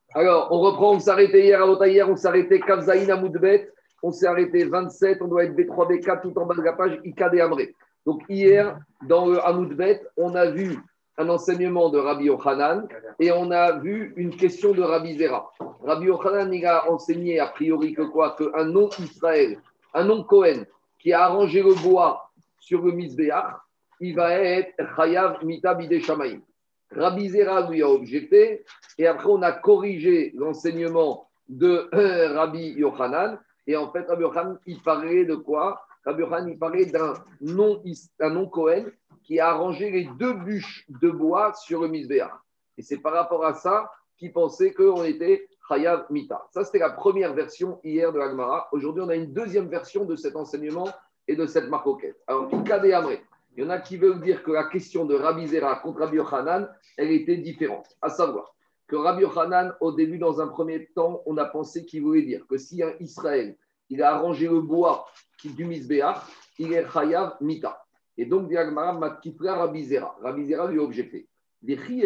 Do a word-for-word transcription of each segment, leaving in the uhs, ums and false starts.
Alors, on reprend, on s'est arrêté hier, à hier, on s'est arrêté Kavzaïn Amoudbet, on s'est arrêté vingt-sept, on doit être B trois, B quatre, tout en bas de la page, Ikad et Amré. Donc, hier, dans le Amoudbet, on a vu un enseignement de Rabbi Yochanan et on a vu une question de Rabbi Zera. Rabbi Yochanan, il a enseigné a priori que quoi? Qu'un non-Israël, un non-Cohen qui a arrangé le bois sur le Mizbeach, il va être Chayav Mita Bidei Shamayim. Rabbi Zera lui a objecté, et après on a corrigé l'enseignement de euh, Rabbi Yochanan, et en fait Rabbi Yochanan, il parlait de quoi? Rabbi Yochanan, il parlait d'un non, un non-Cohen qui a arrangé les deux bûches de bois sur le Mizbeach. Et c'est par rapport à ça qu'il pensait qu'on était Chayav Mita. Ça, c'était la première version hier de la Gemara. Aujourd'hui, on a une deuxième version de cet enseignement et de cette marcoquette. Alors, Ikad et Amré. Il y en a qui veulent dire que la question de Rabbi Zera contre Rabbi Yochanan, elle était différente. À savoir que Rabbi Yochanan, au début, dans un premier temps, on a pensé qu'il voulait dire que si un Israël, il a arrangé le bois du Mizbeach, il est Chayav Mita. Et donc, Diagmara Matkifra Rabbi Zera. Rabbi Zera lui a objecté. Il lui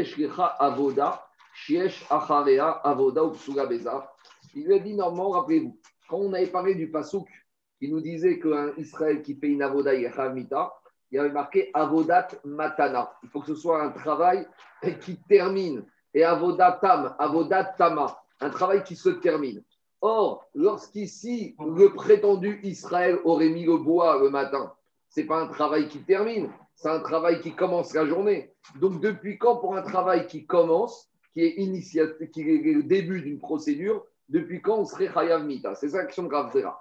a dit normalement, rappelez-vous, quand on avait parlé du Passouk, qui nous disait qu'un Israël qui fait une avoda, il est Chayav Mita, il y avait marqué Avodat Matana. Il faut que ce soit un travail qui termine. Et Avodat Tam, Avodat Tama, un travail qui se termine. Or, lorsqu'ici, le prétendu Israël aurait mis le bois le matin, ce n'est pas un travail qui termine, c'est un travail qui commence la journée. Donc, depuis quand, pour un travail qui commence, qui est, initiative, qui est le début d'une procédure, depuis quand on serait Chayav Mita? C'est ça la question de Rav Zera.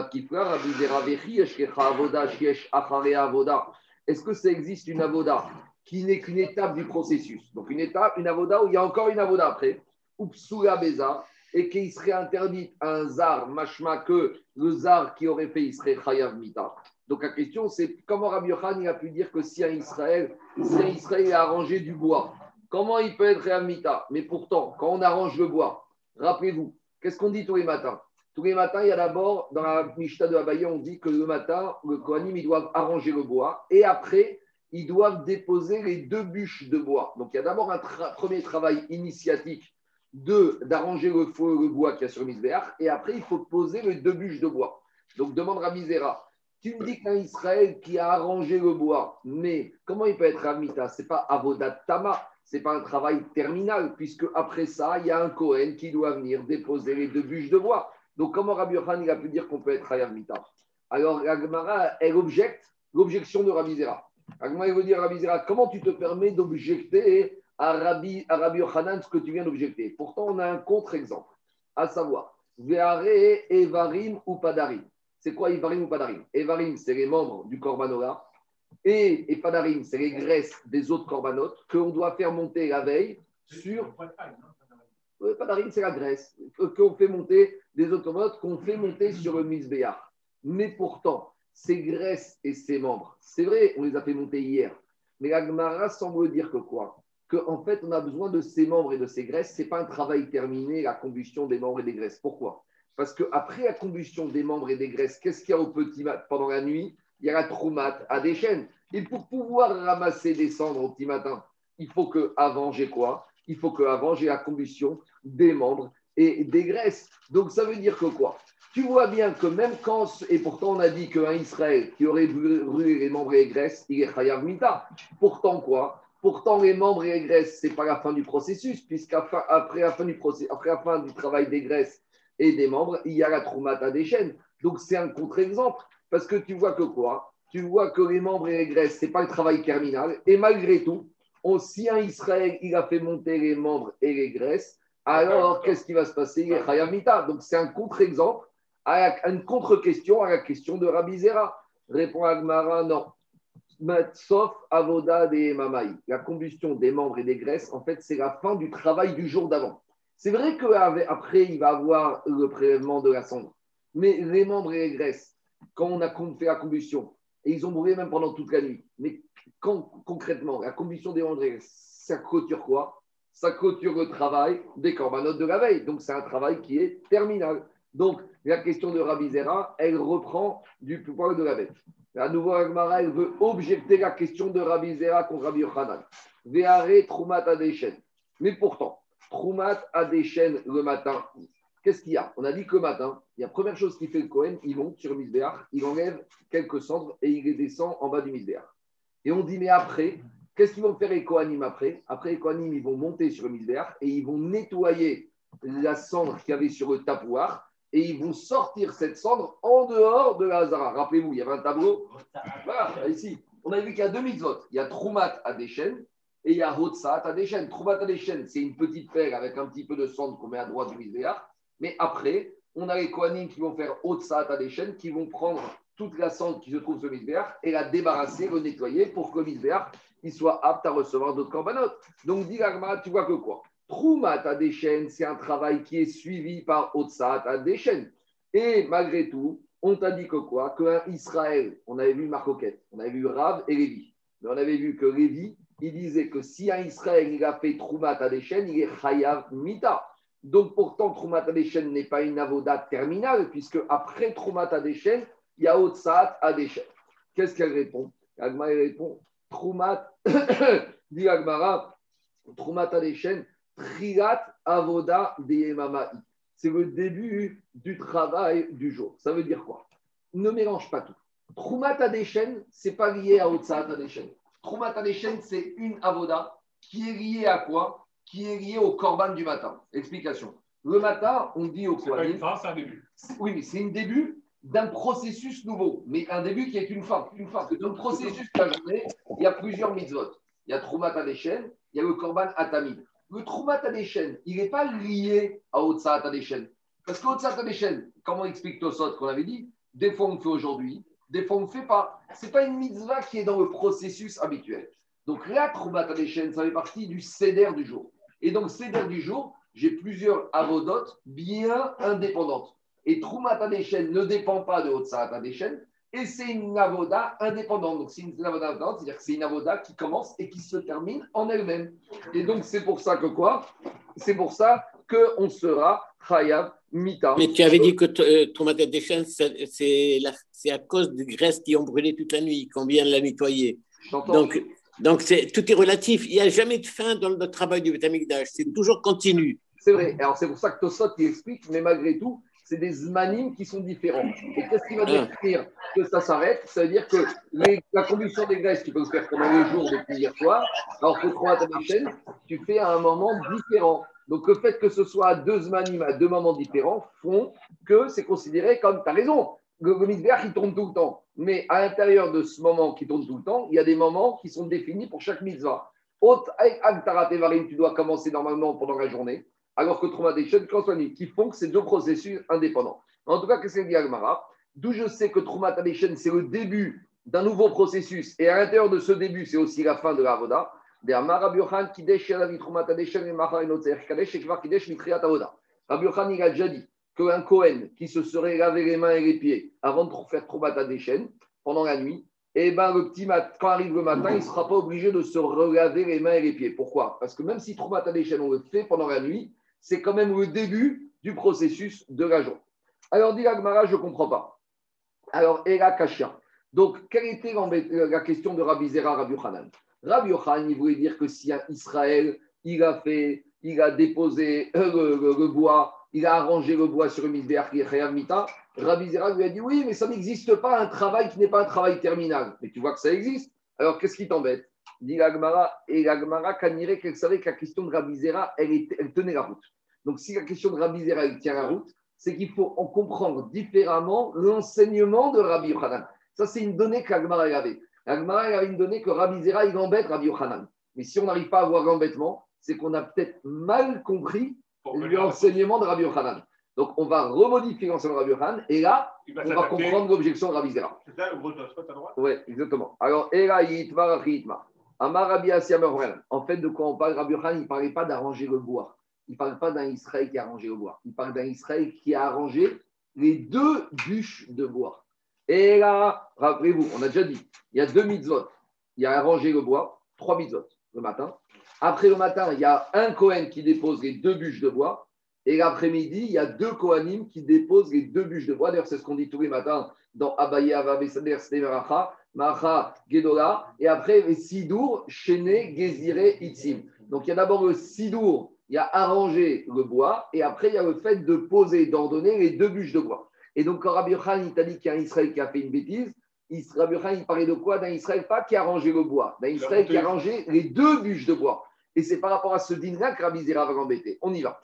Est-ce que ça existe une avoda qui n'est qu'une étape du processus? Donc une étape, une avoda où il y a encore une avoda après, ou psoula beza, et qu'il serait interdit à un zar, mashma que le zar qui aurait fait, il serait chayav mita. Donc la question c'est comment Rabbi Yochanan a pu dire que si un Israël, si un Israël a arrangé du bois, comment il peut être chayav mita? Mais pourtant, quand on arrange le bois, rappelez-vous, qu'est-ce qu'on dit tous les matins? Tous les matins, il y a d'abord, dans la Mishnah de Abaye, on dit que le matin, le Kohanim, ils doivent arranger le bois et après, ils doivent déposer les deux bûches de bois. Donc, il y a d'abord un tra- premier travail initiatique de, d'arranger le, feu, le bois qu'il y a sur le Mizbeach et après, il faut poser les deux bûches de bois. Donc, demande Rabbi Zera, tu me dis qu'un Israël qui a arrangé le bois, mais comment il peut être Amita? Ce n'est pas Avodat Tama. Ce n'est pas un travail terminal, puisque après ça, il y a un Kohen qui doit venir déposer les deux bûches de bois. Donc, comment Rabbi Yochanan il a pu dire qu'on peut être Chayav Mita? Alors, la Gemara, elle objecte l'objection de Rabbi Zera. La Gemara, elle veut dire, Rabbi Zera, comment tu te permets d'objecter à Rabbi, à Rabbi Yochanan ce que tu viens d'objecter? Pourtant, on a un contre-exemple, à savoir, Ve'are, Evarim ou Padarim. C'est quoi Evarim ou Padarim? Evarim, c'est les membres du Korban et, et Padarim, c'est les graisses des autres Korbanot qu'on doit faire monter la veille sur. Euh, Padarim, c'est la graisse qu'on fait monter des automotes, qu'on fait monter sur le Mizbeach. Mais pourtant, ces graisses et ces membres, c'est vrai, on les a fait monter hier. Mais la Gemara semble dire que quoi? Qu'en fait, on a besoin de ces membres et de ces graisses. Ce n'est pas un travail terminé, la combustion des membres et des graisses. Pourquoi? Parce qu'après la combustion des membres et des graisses, qu'est-ce qu'il y a au petit mat pendant la nuit? Il y a la troumate à des chaînes. Et pour pouvoir ramasser des cendres au petit matin, il faut qu'avant, j'ai quoi? Il faut qu'avant, j'ai la combustion des membres et des graisses. Donc, ça veut dire que quoi? Tu vois bien que même quand, et pourtant on a dit qu'un Israël qui aurait brûlé les membres et les graisses, il est Chayav Mita. Pourtant quoi? Pourtant les membres et les graisses, ce n'est pas la fin du processus, puisqu'après la fin du processus, après la fin du travail des graisses et des membres, il y a la troumata des chaînes. Donc, c'est un contre-exemple. Parce que tu vois que quoi? Tu vois que les membres et les graisses, ce n'est pas le travail terminal. Et malgré tout, on, si un Israël, il a fait monter les membres et les graisses, alors qu'est-ce qui va se passer? Il est Chayav Mita. Donc c'est un contre-exemple, à une contre-question à la question de Rabbi Zera. Répond Agmara, non. Sauf Avoda des Mamaï. La combustion des membres et des graisses, en fait, c'est la fin du travail du jour d'avant. C'est vrai qu'après, il va avoir le prélèvement de la cendre. Mais les membres et les graisses, quand on a fait la combustion, et ils ont brûlé même pendant toute la nuit, mais quand, concrètement, la combustion des membres et des graisses, ça clôture quoi? Ça clôture le travail des corbanotes de la veille. Donc, c'est un travail qui est terminal. Donc, la question de Rabbi Zera, elle reprend du pouvoir de la bête. À nouveau, Agmara, elle veut objecter la question de Rabbi Zera contre Rabbi Yochanan. Ve'are trumat adeshen. Mais pourtant, Troumat Adeshen le matin. Qu'est-ce qu'il y a? On a dit que le matin, il y a la première chose qu'il fait le Kohen, il monte sur le Misbéach, il enlève quelques cendres et il les descend en bas du Misbéach. Et on dit, mais après, qu'est-ce qu'ils vont faire les Kohanim après? Après, les Kohanim, ils vont monter sur le Misbéach et ils vont nettoyer la cendre qu'il y avait sur le tapouar et ils vont sortir cette cendre en dehors de la Hazara. Rappelez-vous, il y avait un tableau. Voilà, ici. On a vu qu'il y a deux mitzvot. Il y a Troumat Adeshen et il y a Hotzat Adeshen. Troumat Adeshen, c'est une petite paire avec un petit peu de cendre qu'on met à droite du Misbéach. Mais après, on a les Kohanim qui vont faire Hotzat Adeshen, qui vont prendre toute la cendre qui se trouve sur le Misbéach et la débarrasser, le nettoyer pour que le Misbéach il soit apte à recevoir d'autres corbanotes. Donc, dit l'Agmara, tu vois que quoi? Troumat Adeshen, c'est un travail qui est suivi par Hotzat Adeshen. Et malgré tout, on t'a dit que quoi? Qu'un Israël, on avait vu Marcoquette, on avait vu Rav et Lévi. Mais on avait vu que Lévi, il disait que si un Israël il a fait Troumat Adeshen, il est Chayav Mita. Donc pourtant, Troumat Adeshen n'est pas une avoda terminale, puisque après Troumat Adeshen, il y a Hotzat Adeshen. Qu'est-ce qu'elle répond? Agmara répond Troumat, dit Agmara, Troumat Adeshen, Trilat Avoda Deyemamaï. C'est le début du travail du jour. Ça veut dire quoi? Ne mélange pas tout. Troumat Adeshen, ce n'est pas lié à Hotzat Adeshen. Troumat Adeshen, c'est une avoda qui est liée à quoi? Qui est liée au korban du matin. Explication. Le matin, on dit au Kohanim. C'est pas une fin, c'est un début. Oui, mais c'est un début d'un processus nouveau, mais un début qui est une fin. Une fin. Dans le processus de la journée, il y a plusieurs mitzvot. Il y a Troumat Adeshen, il y a le korban Atamid. Le Troumat Adeshen, il n'est pas lié à Hotzat Adeshen. Parce que Hotzat Adeshen, comment explique Tosot qu'on avait dit? Des fois on le fait aujourd'hui, des fois on ne le fait pas. Ce n'est pas une mitzvah qui est dans le processus habituel. Donc là, Troumat Adeshen, ça fait partie du Seder du jour. Et donc, Seder du jour, j'ai plusieurs avodotes bien indépendantes. Et Troumat Adeshen ne dépend pas de Hotzat Adeshen, et c'est une avoda indépendante. Donc, c'est une avoda indépendante, c'est-à-dire que c'est une avoda qui commence et qui se termine en elle-même. Et donc, c'est pour ça que quoi? C'est pour ça qu'on sera Chayav Mita. Mais tu avais dit que euh, Troumat Adeshen, c'est, c'est, la, c'est à cause de graisses qui ont brûlé toute la nuit, qu'on vient de la nettoyer. Donc, donc c'est, tout est relatif. Il n'y a jamais de fin dans le travail du Beth Amikdash. C'est toujours continu. C'est vrai. Alors, c'est pour ça que Tosot il explique, mais malgré tout, c'est des zmanim qui sont différents. Et qu'est-ce qui va définir que ça s'arrête? Ça veut dire que les, la combustion des graisses, tu peux le faire pendant les jours depuis hier soir. Alors, pour Troumat Adeshen, tu fais à un moment différent. Donc, le fait que ce soit à deux zmanim, à deux moments différents, font que c'est considéré comme, tu as raison, le, le Misbéach, il tourne tout le temps. Mais à l'intérieur de ce moment qui tourne tout le temps, il y a des moments qui sont définis pour chaque mitzvah. Haute Agtarat Evarim, tu dois commencer normalement pendant la journée. Alors que Troumat Adeshen, qui font que c'est deux processus indépendants. En tout cas, qu'est-ce qu'il dit Agmara? D'où je sais que Troumat Adeshen, c'est le début d'un nouveau processus, et à l'intérieur de ce début, c'est aussi la fin de la Avoda. Rabbi Yochanan, il a déjà dit qu'un Kohen qui se serait lavé les mains et les pieds avant de faire Troumat Adeshen pendant la nuit, et ben le petit mat, quand arrive le matin, il ne sera pas obligé de se relaver les mains et les pieds. Pourquoi? Parce que même si Troumat Adeshen, on le fait pendant la nuit, c'est quand même le début du processus de la journée. Alors, dit l'Agmara, je ne comprends pas. Alors, Ela Kashia. Donc, quelle était la question de Rabbi Zera, Rabbi Yochanan? Rabbi Yochanan, il voulait dire que si un Israël, il a fait, il a déposé euh, le, le, le bois, il a arrangé le bois sur le Misbéach, qui est Chayav Mita, Rabbi Zera lui a dit oui, mais ça n'existe pas un travail qui n'est pas un travail terminal. Mais tu vois que ça existe. Alors, qu'est-ce qui t'embête? Dit l'Agmara, et l'Agmara, Kaniré, qu'elle savait que la question de Rabbi Zera, elle, était, elle tenait la route. Donc, si la question de Rabbi Zera, elle tient la route, c'est qu'il faut en comprendre différemment l'enseignement de Rabbi Yochanan. Ça, c'est une donnée qu'Agmara avait. Agmara avait une donnée que Rabbi Zera, il embête Rabbi Yochanan. Mais si on n'arrive pas à voir l'embêtement, c'est qu'on a peut-être mal compris l'enseignement de Rabbi Yochanan. Donc, on va remodifier l'enseignement de Rabbi Yochanan, et là, on va comprendre l'objection de Rabbi Zera. C'est ça le gros spot à droite? Oui, exactement. Alors, Ela Yitma Yitma. Amar Rabbi Assia Merwen. En fait, de quoi on parle? Rabbi Yochanan, il ne parlait pas d'arranger le bois. Il ne parle pas d'un Israël qui a arrangé le bois. Il parle d'un Israël qui a arrangé les deux bûches de bois. Et là, rappelez-vous, on a déjà dit, il y a deux mitzvot. Il y a arrangé le bois, trois mitzvot le matin. Après le matin, il y a un Kohen qui dépose les deux bûches de bois. Et l'après-midi, il y a deux Kohanim qui déposent les deux bûches de bois. D'ailleurs, c'est ce qu'on dit tous les matins dans Abaye, Avav, Sader, Steveracha, Macha, Gedola. Et après, les Sidour, Chéné, Géziré, Itzim. Donc, il y a d'abord le Sidour Il y a arranger le bois et après, il y a le fait de poser, d'ordonner les deux bûches de bois. Et donc, quand Rabbi Yochanan, il t'a dit qu'il y a un Israël qui a fait une bêtise, Rabbi Yochanan, il parlait de quoi? D'un Israël pas qui a rangé le bois, d'un Israël qui a rangé les deux bûches de bois. Et c'est par rapport à ce din-là que Rabbi Zera va l'embêter. On y va.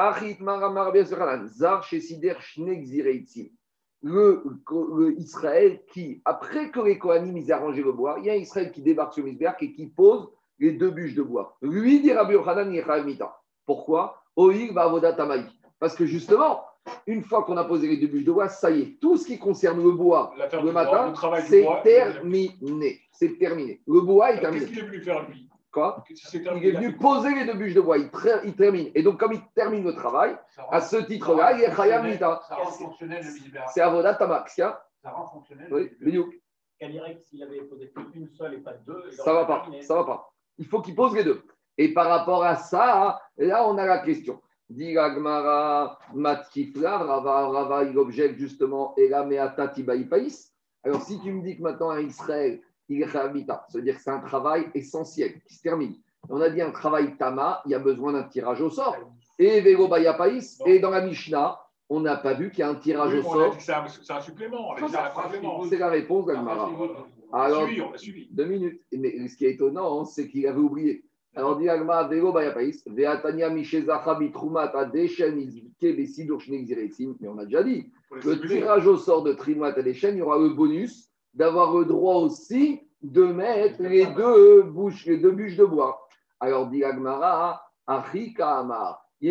Le, le Israël qui, après que les Kohanim ils aient arrangé le bois, il y a un Israël qui débarque sur Misbeach et qui pose les deux bûches de bois. Lui, dit Rabbi Yochanan, il est mita. Pourquoi? Oïl va avodat tamaï. Parce que justement, une fois qu'on a posé les deux bûches de bois, ça y est, tout ce qui concerne le bois le matin, bois, le c'est bois, terminé. C'est terminé. Le bois est terminé. Qu'est-ce qu'il est venu faire lui? Quoi? Il est venu poser les deux bûches de bois. Il, tra- il termine. Et donc, comme il termine le travail, à ce titre-là, il est Khayam Mita. Ça rend fonctionnel le misbéach. C'est Avodat Tamak. Ça rend fonctionnel oui, le misbéach. Quel s'il avait posé une seule et pas deux. Ça ne va pas. Ça va pas. Il faut qu'il pose les deux. Et par rapport à ça, là, on a la question. Dit Gmara, Matkifla, Rava, Rava, il objecte justement, et là, Meata Tibaï Païs. Alors, si tu me dis que maintenant, à Israël, il est Khavita, ça veut dire que c'est un travail essentiel qui se termine. On a dit un travail Tama, il y a besoin d'un tirage au sort. Et Vélo Baya Païs, et dans la Mishnah, on n'a pas vu qu'il y a un tirage oui, au sort. C'est un, c'est un supplément. On a dit un supplément. C'est la réponse d'Agmara. Alors, on a suivi, on a suivi. Deux minutes. Mais ce qui est étonnant, c'est qu'il avait oublié. Alors, dit Agmara, Vélo Baya Païs, Veatania Mishezacha Bitrumat Adeshen Izvike Besidur Shnegziresim. Mais on a déjà dit, le tirage au sort de Trimat Adeshen, il y aura le bonus d'avoir le droit aussi de mettre les deux bouches, les deux bûches de bois. Alors, dit Agmara, Achika Amar. Il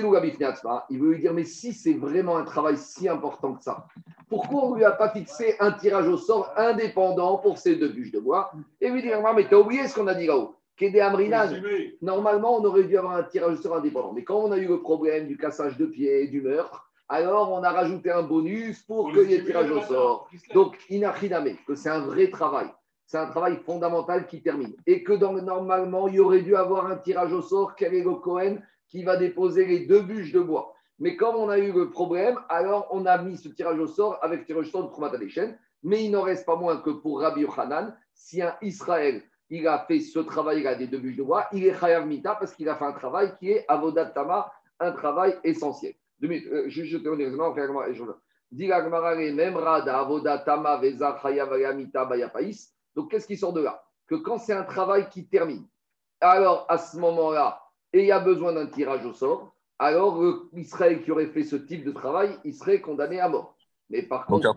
veut lui dire, mais si c'est vraiment un travail si important que ça, pourquoi on ne lui a pas fixé un tirage au sort indépendant pour ces deux bûches de bois? Et lui dit, mais tu as oublié ce qu'on a dit là-haut. Kédé Amrinan, normalement, on aurait dû avoir un tirage au sort indépendant. Mais quand on a eu le problème du cassage de pied, du meurtre, alors on a rajouté un bonus pour qu'il y ait tirage au sort. Donc, inachiname, que c'est un vrai travail. C'est un travail fondamental qui termine. Et que dans, normalement, il y aurait dû avoir un tirage au sort, quel est le Cohen qui va déposer les deux bûches de bois. Mais comme on a eu le problème, alors on a mis ce tirage au sort avec le tirage au sort de Trumat Adeshen. Mais il n'en reste pas moins que pour Rabbi Yochanan, si un Israël il a fait ce travail-là des deux bûches de bois, il est Chayav Mita parce qu'il a fait un travail qui est Avodat Tama, un travail essentiel. Deux minutes, euh, je, je te redis, non, je dis la Gemara, même Rada, Avodat Tama, Veza, Chayav Mita, Bayapaïs. Donc qu'est-ce qui sort de là? Que quand c'est un travail qui termine, alors à ce moment-là, et il y a besoin d'un tirage au sort, alors l'Israël qui aurait fait ce type de travail, il serait condamné à mort. Mais par contre,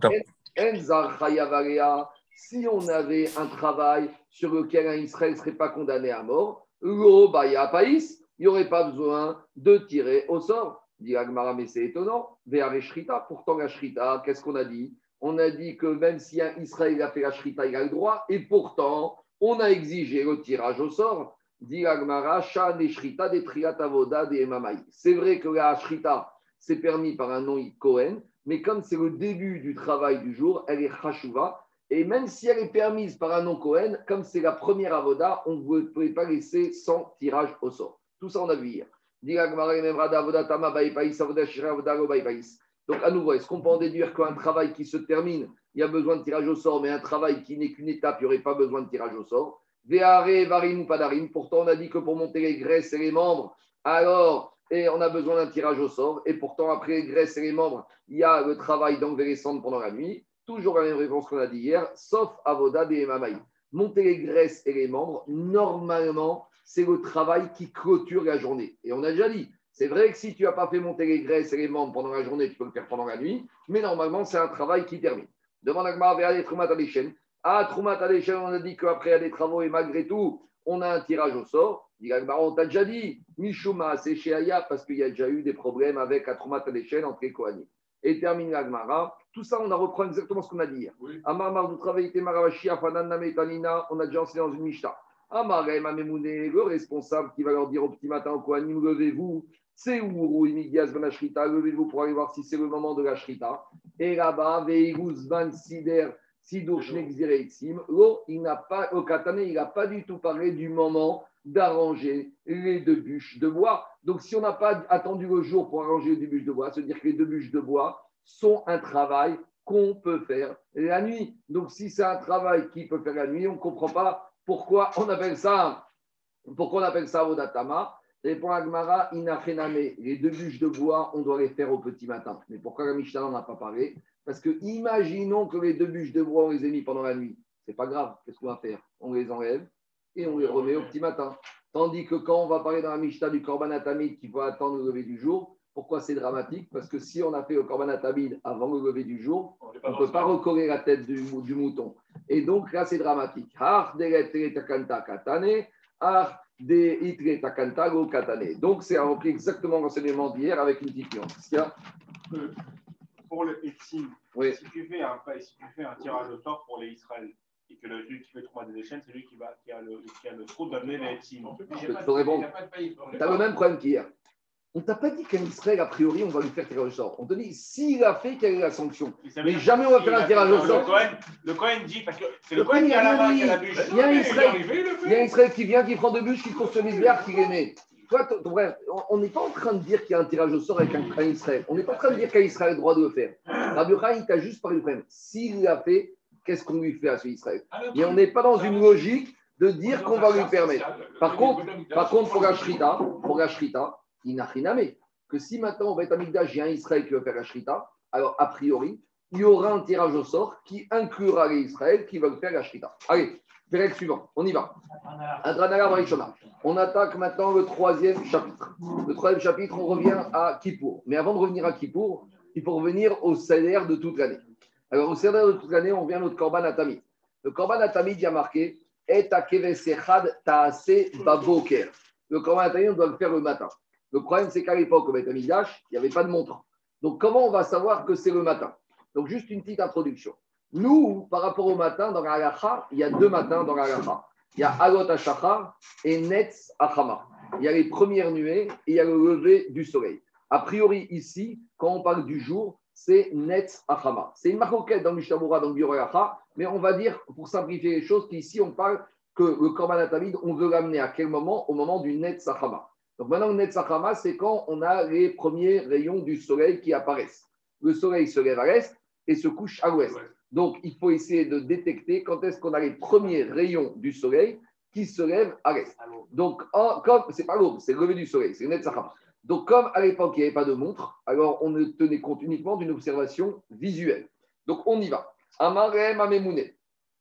si on avait un travail sur lequel un Israël ne serait pas condamné à mort, il n'y aurait pas besoin de tirer au sort. Dit Agmara, mais c'est étonnant. Pourtant, la Shrita, qu'est-ce qu'on a dit? On a dit que même si un Israël a fait la Shrita, il a le droit, et pourtant, on a exigé le tirage au sort. Dit Agmara, Shan et Shrita des Triat Avoda des Emamaï. C'est vrai que la Shrita, c'est permis par un nom Cohen, mais comme c'est le début du travail du jour, elle est Chashuva. Et même si elle est permise par un nom Cohen, comme c'est la première avoda, on ne pouvait pas laisser sans tirage au sort. Tout ça, on a vu hier. Donc, à nouveau, est-ce qu'on peut en déduire qu'un travail qui se termine, il y a besoin de tirage au sort, mais un travail qui n'est qu'une étape, il n'y aurait pas besoin de tirage au sort? Veare, varim ou padarim. Pourtant, on a dit que pour monter les graisses et les membres, alors, et on a besoin d'un tirage au sort. Et pourtant, après les graisses et les membres, il y a le travail d'enlever les cendres pendant la nuit. Toujours la même réponse qu'on a dit hier, sauf avoda des mamaï. Monter les graisses et les membres, normalement, c'est le travail qui clôture la journée. Et on a déjà dit, c'est vrai que si tu n'as pas fait monter les graisses et les membres pendant la journée, tu peux le faire pendant la nuit, mais normalement, c'est un travail qui termine. Demande à Gmar, vers les Trumat Adeshen. Ah, Trumat Adeshen, on a dit qu'après, il y a des travaux et malgré tout, on a un tirage au sort. Dit Gmar, on t'a déjà dit, Mishuma, c'est chez Aya, parce qu'il y a déjà eu des problèmes avec la Trumat Adeshen entre les Kohanim. Et termine la Gemara. Tout ça, on a repris exactement ce qu'on a dit hier. Amar Mar, vous travaillez, Maravashi, Afanan, Nametanina, on a déjà enseigné dans une Mishnah. Amar, Mamemouné, le responsable qui va leur dire au petit matin au Kohanim, levez-vous, c'est où Imigias Ban Shrita, levez-vous pour aller voir si c'est le moment de la Shrita. Et là-bas, Veiguz Ban Sider, Sidur Shnek Zireitzim, l'eau, il n'a pas, au Katane, il n'a pas du tout parlé du moment d'arranger les deux bûches de bois. Donc, si on n'a pas attendu le jour pour arranger les deux bûches de bois, ça veut dire que les deux bûches de bois sont un travail qu'on peut faire la nuit. Donc, si c'est un travail qui peut faire la nuit, on ne comprend pas pourquoi on appelle ça, pourquoi on appelle ça Avodat Tama. Répond Agmara, Inachename. Les deux bûches de bois, on doit les faire au petit matin. Mais pourquoi la Mishnah n'en a pas parlé? Parce que imaginons que les deux bûches de bois, on les ait mis pendant la nuit. C'est pas grave. Qu'est-ce qu'on va faire? On les enlève et on les remet au petit matin. Tandis que quand on va parler dans la Mishnah du Korban Atamid qu'il faut attendre le lever du jour, pourquoi c'est dramatique? Parce que si on a fait le Korban Atamid avant le lever du jour, on ne peut pas recoller la tête du, du mouton. Et donc là, c'est dramatique. Donc, c'est repris exactement l'enseignement d'hier avec une petite nuance. Qu'est-ce qu'il y a? Pour le Etzim, oui. si, tu fais un, si tu fais un tirage au sort pour les Israël et que le juge qui fait trois des chaînes, c'est lui qui, va, qui a le, qui a le trou d'amener les Etzim. Je peux te répondre. Tu as le même problème qu'hier. On ne t'a pas dit qu'un Israël, a priori, on va lui faire tirage au sort. On te dit, s'il a fait, quelle est la sanction? Mais jamais on va faire un tirage au sort. Le Cohen dit, parce que c'est le Cohen qui a la main, qui a la bûche. Il y a un Israël, il y a un Israël qui vient, qui prend deux bûches, qui court sur Misbéach, qui les met. Toi, ton frère, on n'est pas en train de dire qu'il y a un tirage au sort avec un, un Israël. On n'est pas en train de dire qu'un Israël a le droit de le faire. Rabbi Yochanan, il t'a juste parlé du problème. S'il l'a fait, qu'est-ce qu'on lui fait à ce Israël? Et on n'est pas dans une logique de dire qu'on va lui permettre. Par contre, par contre pour la Shrita, pour la Shrita, il n'a rien à mettre. Que si maintenant on va être à Mikdash, il y a un Israël qui veut faire la Shrita, alors a priori, il y aura un tirage au sort qui inclura les Israël qui veulent faire la Shrita. Allez, Pérec suivant, on y va. On attaque maintenant le troisième chapitre. Le troisième chapitre, on revient à Kippour. Mais avant de revenir à Kippour, il faut revenir au salaire de toute l'année. Alors, au salaire de toute l'année, on revient à notre Korban Atamid. Le Korban Atamid, il y a marqué Et akevesechad taase baboker. Le Korban Atamid, on doit le faire le matin. Le problème, c'est qu'à l'époque, au Beth Amikdash, il n'y avait pas de montre. Donc, comment on va savoir que c'est le matin? Donc, juste une petite introduction. Nous, par rapport au matin, dans la halacha, il y a deux matins dans la halacha. Il y a Alot HaShachar et Netz Achama. Il y a les premières nuées et il y a le lever du soleil. A priori, ici, quand on parle du jour, c'est Netz Achama. C'est une marcoquette dans le Mishnah, dans le Biur Halacha, mais on va dire, pour simplifier les choses, qu'ici, on parle que le Korban Atamid, on veut l'amener à quel moment? Au moment du Netz Achama. Donc maintenant, le Netz Achama, c'est quand on a les premiers rayons du soleil qui apparaissent. Le soleil se lève à l'est et se couche à l'ouest. Donc, il faut essayer de détecter quand est-ce qu'on a les premiers rayons du soleil qui se lèvent à l'est. Donc, en, comme c'est pas l'aube, c'est le lever du soleil, c'est le Netz Achama. Donc, comme à l'époque, il n'y avait pas de montre, alors on ne tenait compte uniquement d'une observation visuelle. Donc, on y va. Amarem Amemouné.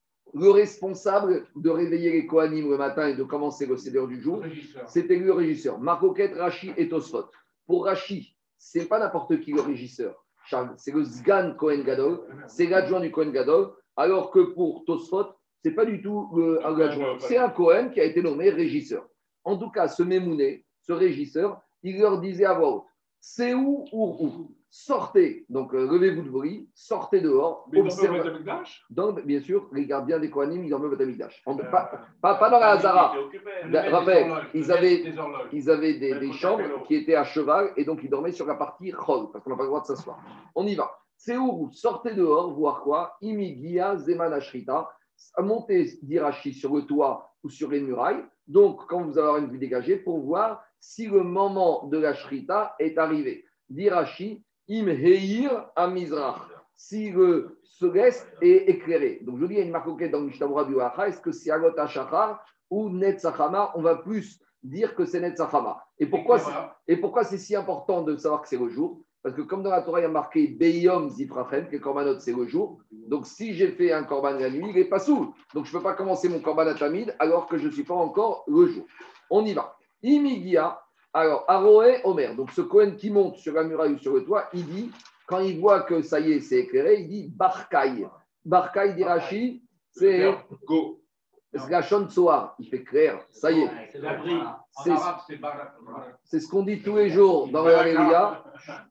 Le responsable de réveiller les Kohanim le matin et de commencer le Seder du jour, c'était lui le régisseur. Marcoquette, Rashi et Tosfot. Pour Rashi, ce n'est pas n'importe qui le régisseur, Charles, c'est le Sgan Kohen Gadol, c'est l'adjoint du Kohen Gadol, alors que pour Tosfot, ce n'est pas du tout le, un adjoint, c'est un Kohen qui a été nommé régisseur. En tout cas, ce Mémouné, ce régisseur, il leur disait à voix haute, c'est où ou où? Sortez, donc euh, levez-vous de vos lits, sortez dehors. Mais observez. Dans, bien sûr, les gardiens des Kohanim, ils dormaient au Beth Amikdash. Pas, pas, pas dans la Hazara. Rappel, ils avaient, ils avaient des, des chambres qui étaient à cheval et donc ils dormaient sur la partie Chol, parce qu'on n'a pas le droit de s'asseoir. On y va. C'est où? Sortez dehors, voir quoi? Imigia Zeman Ashrita, montez d'Irachi sur le toit ou sur les murailles. Donc, quand vous allez avoir une vue dégagée, pour voir si le moment de la Shrita est arrivé. D'Irachi, Im Heir Amizrach, si le céleste est éclairé. Donc je dis, il y a une marcoquette dans le Mishnah du Hacha, est-ce que c'est Alot HaShachar ou Netzachama? On va plus dire que c'est Netzachama. Et pourquoi, c'est, et pourquoi c'est si important de savoir que c'est le jour? Parce que comme dans la Torah, il y a marqué Beyom Zifrachem, que le korbanot c'est le jour. Donc si j'ai fait un korban la nuit, il n'est pas sourd. Donc je ne peux pas commencer mon korban atamid alors que je ne suis pas encore le jour. On y va. Imigia. Alors, Aroé Omer, donc ce Cohen qui monte sur la muraille ou sur le toit, il dit, quand il voit que ça y est, c'est éclairé, il dit Barkaï. Barkaï d'Irachi, c'est Go. la Tsoar, il fait clair, ça y est. C'est l'abri. C'est, c'est ce qu'on dit tous les jours dans le Alléluia.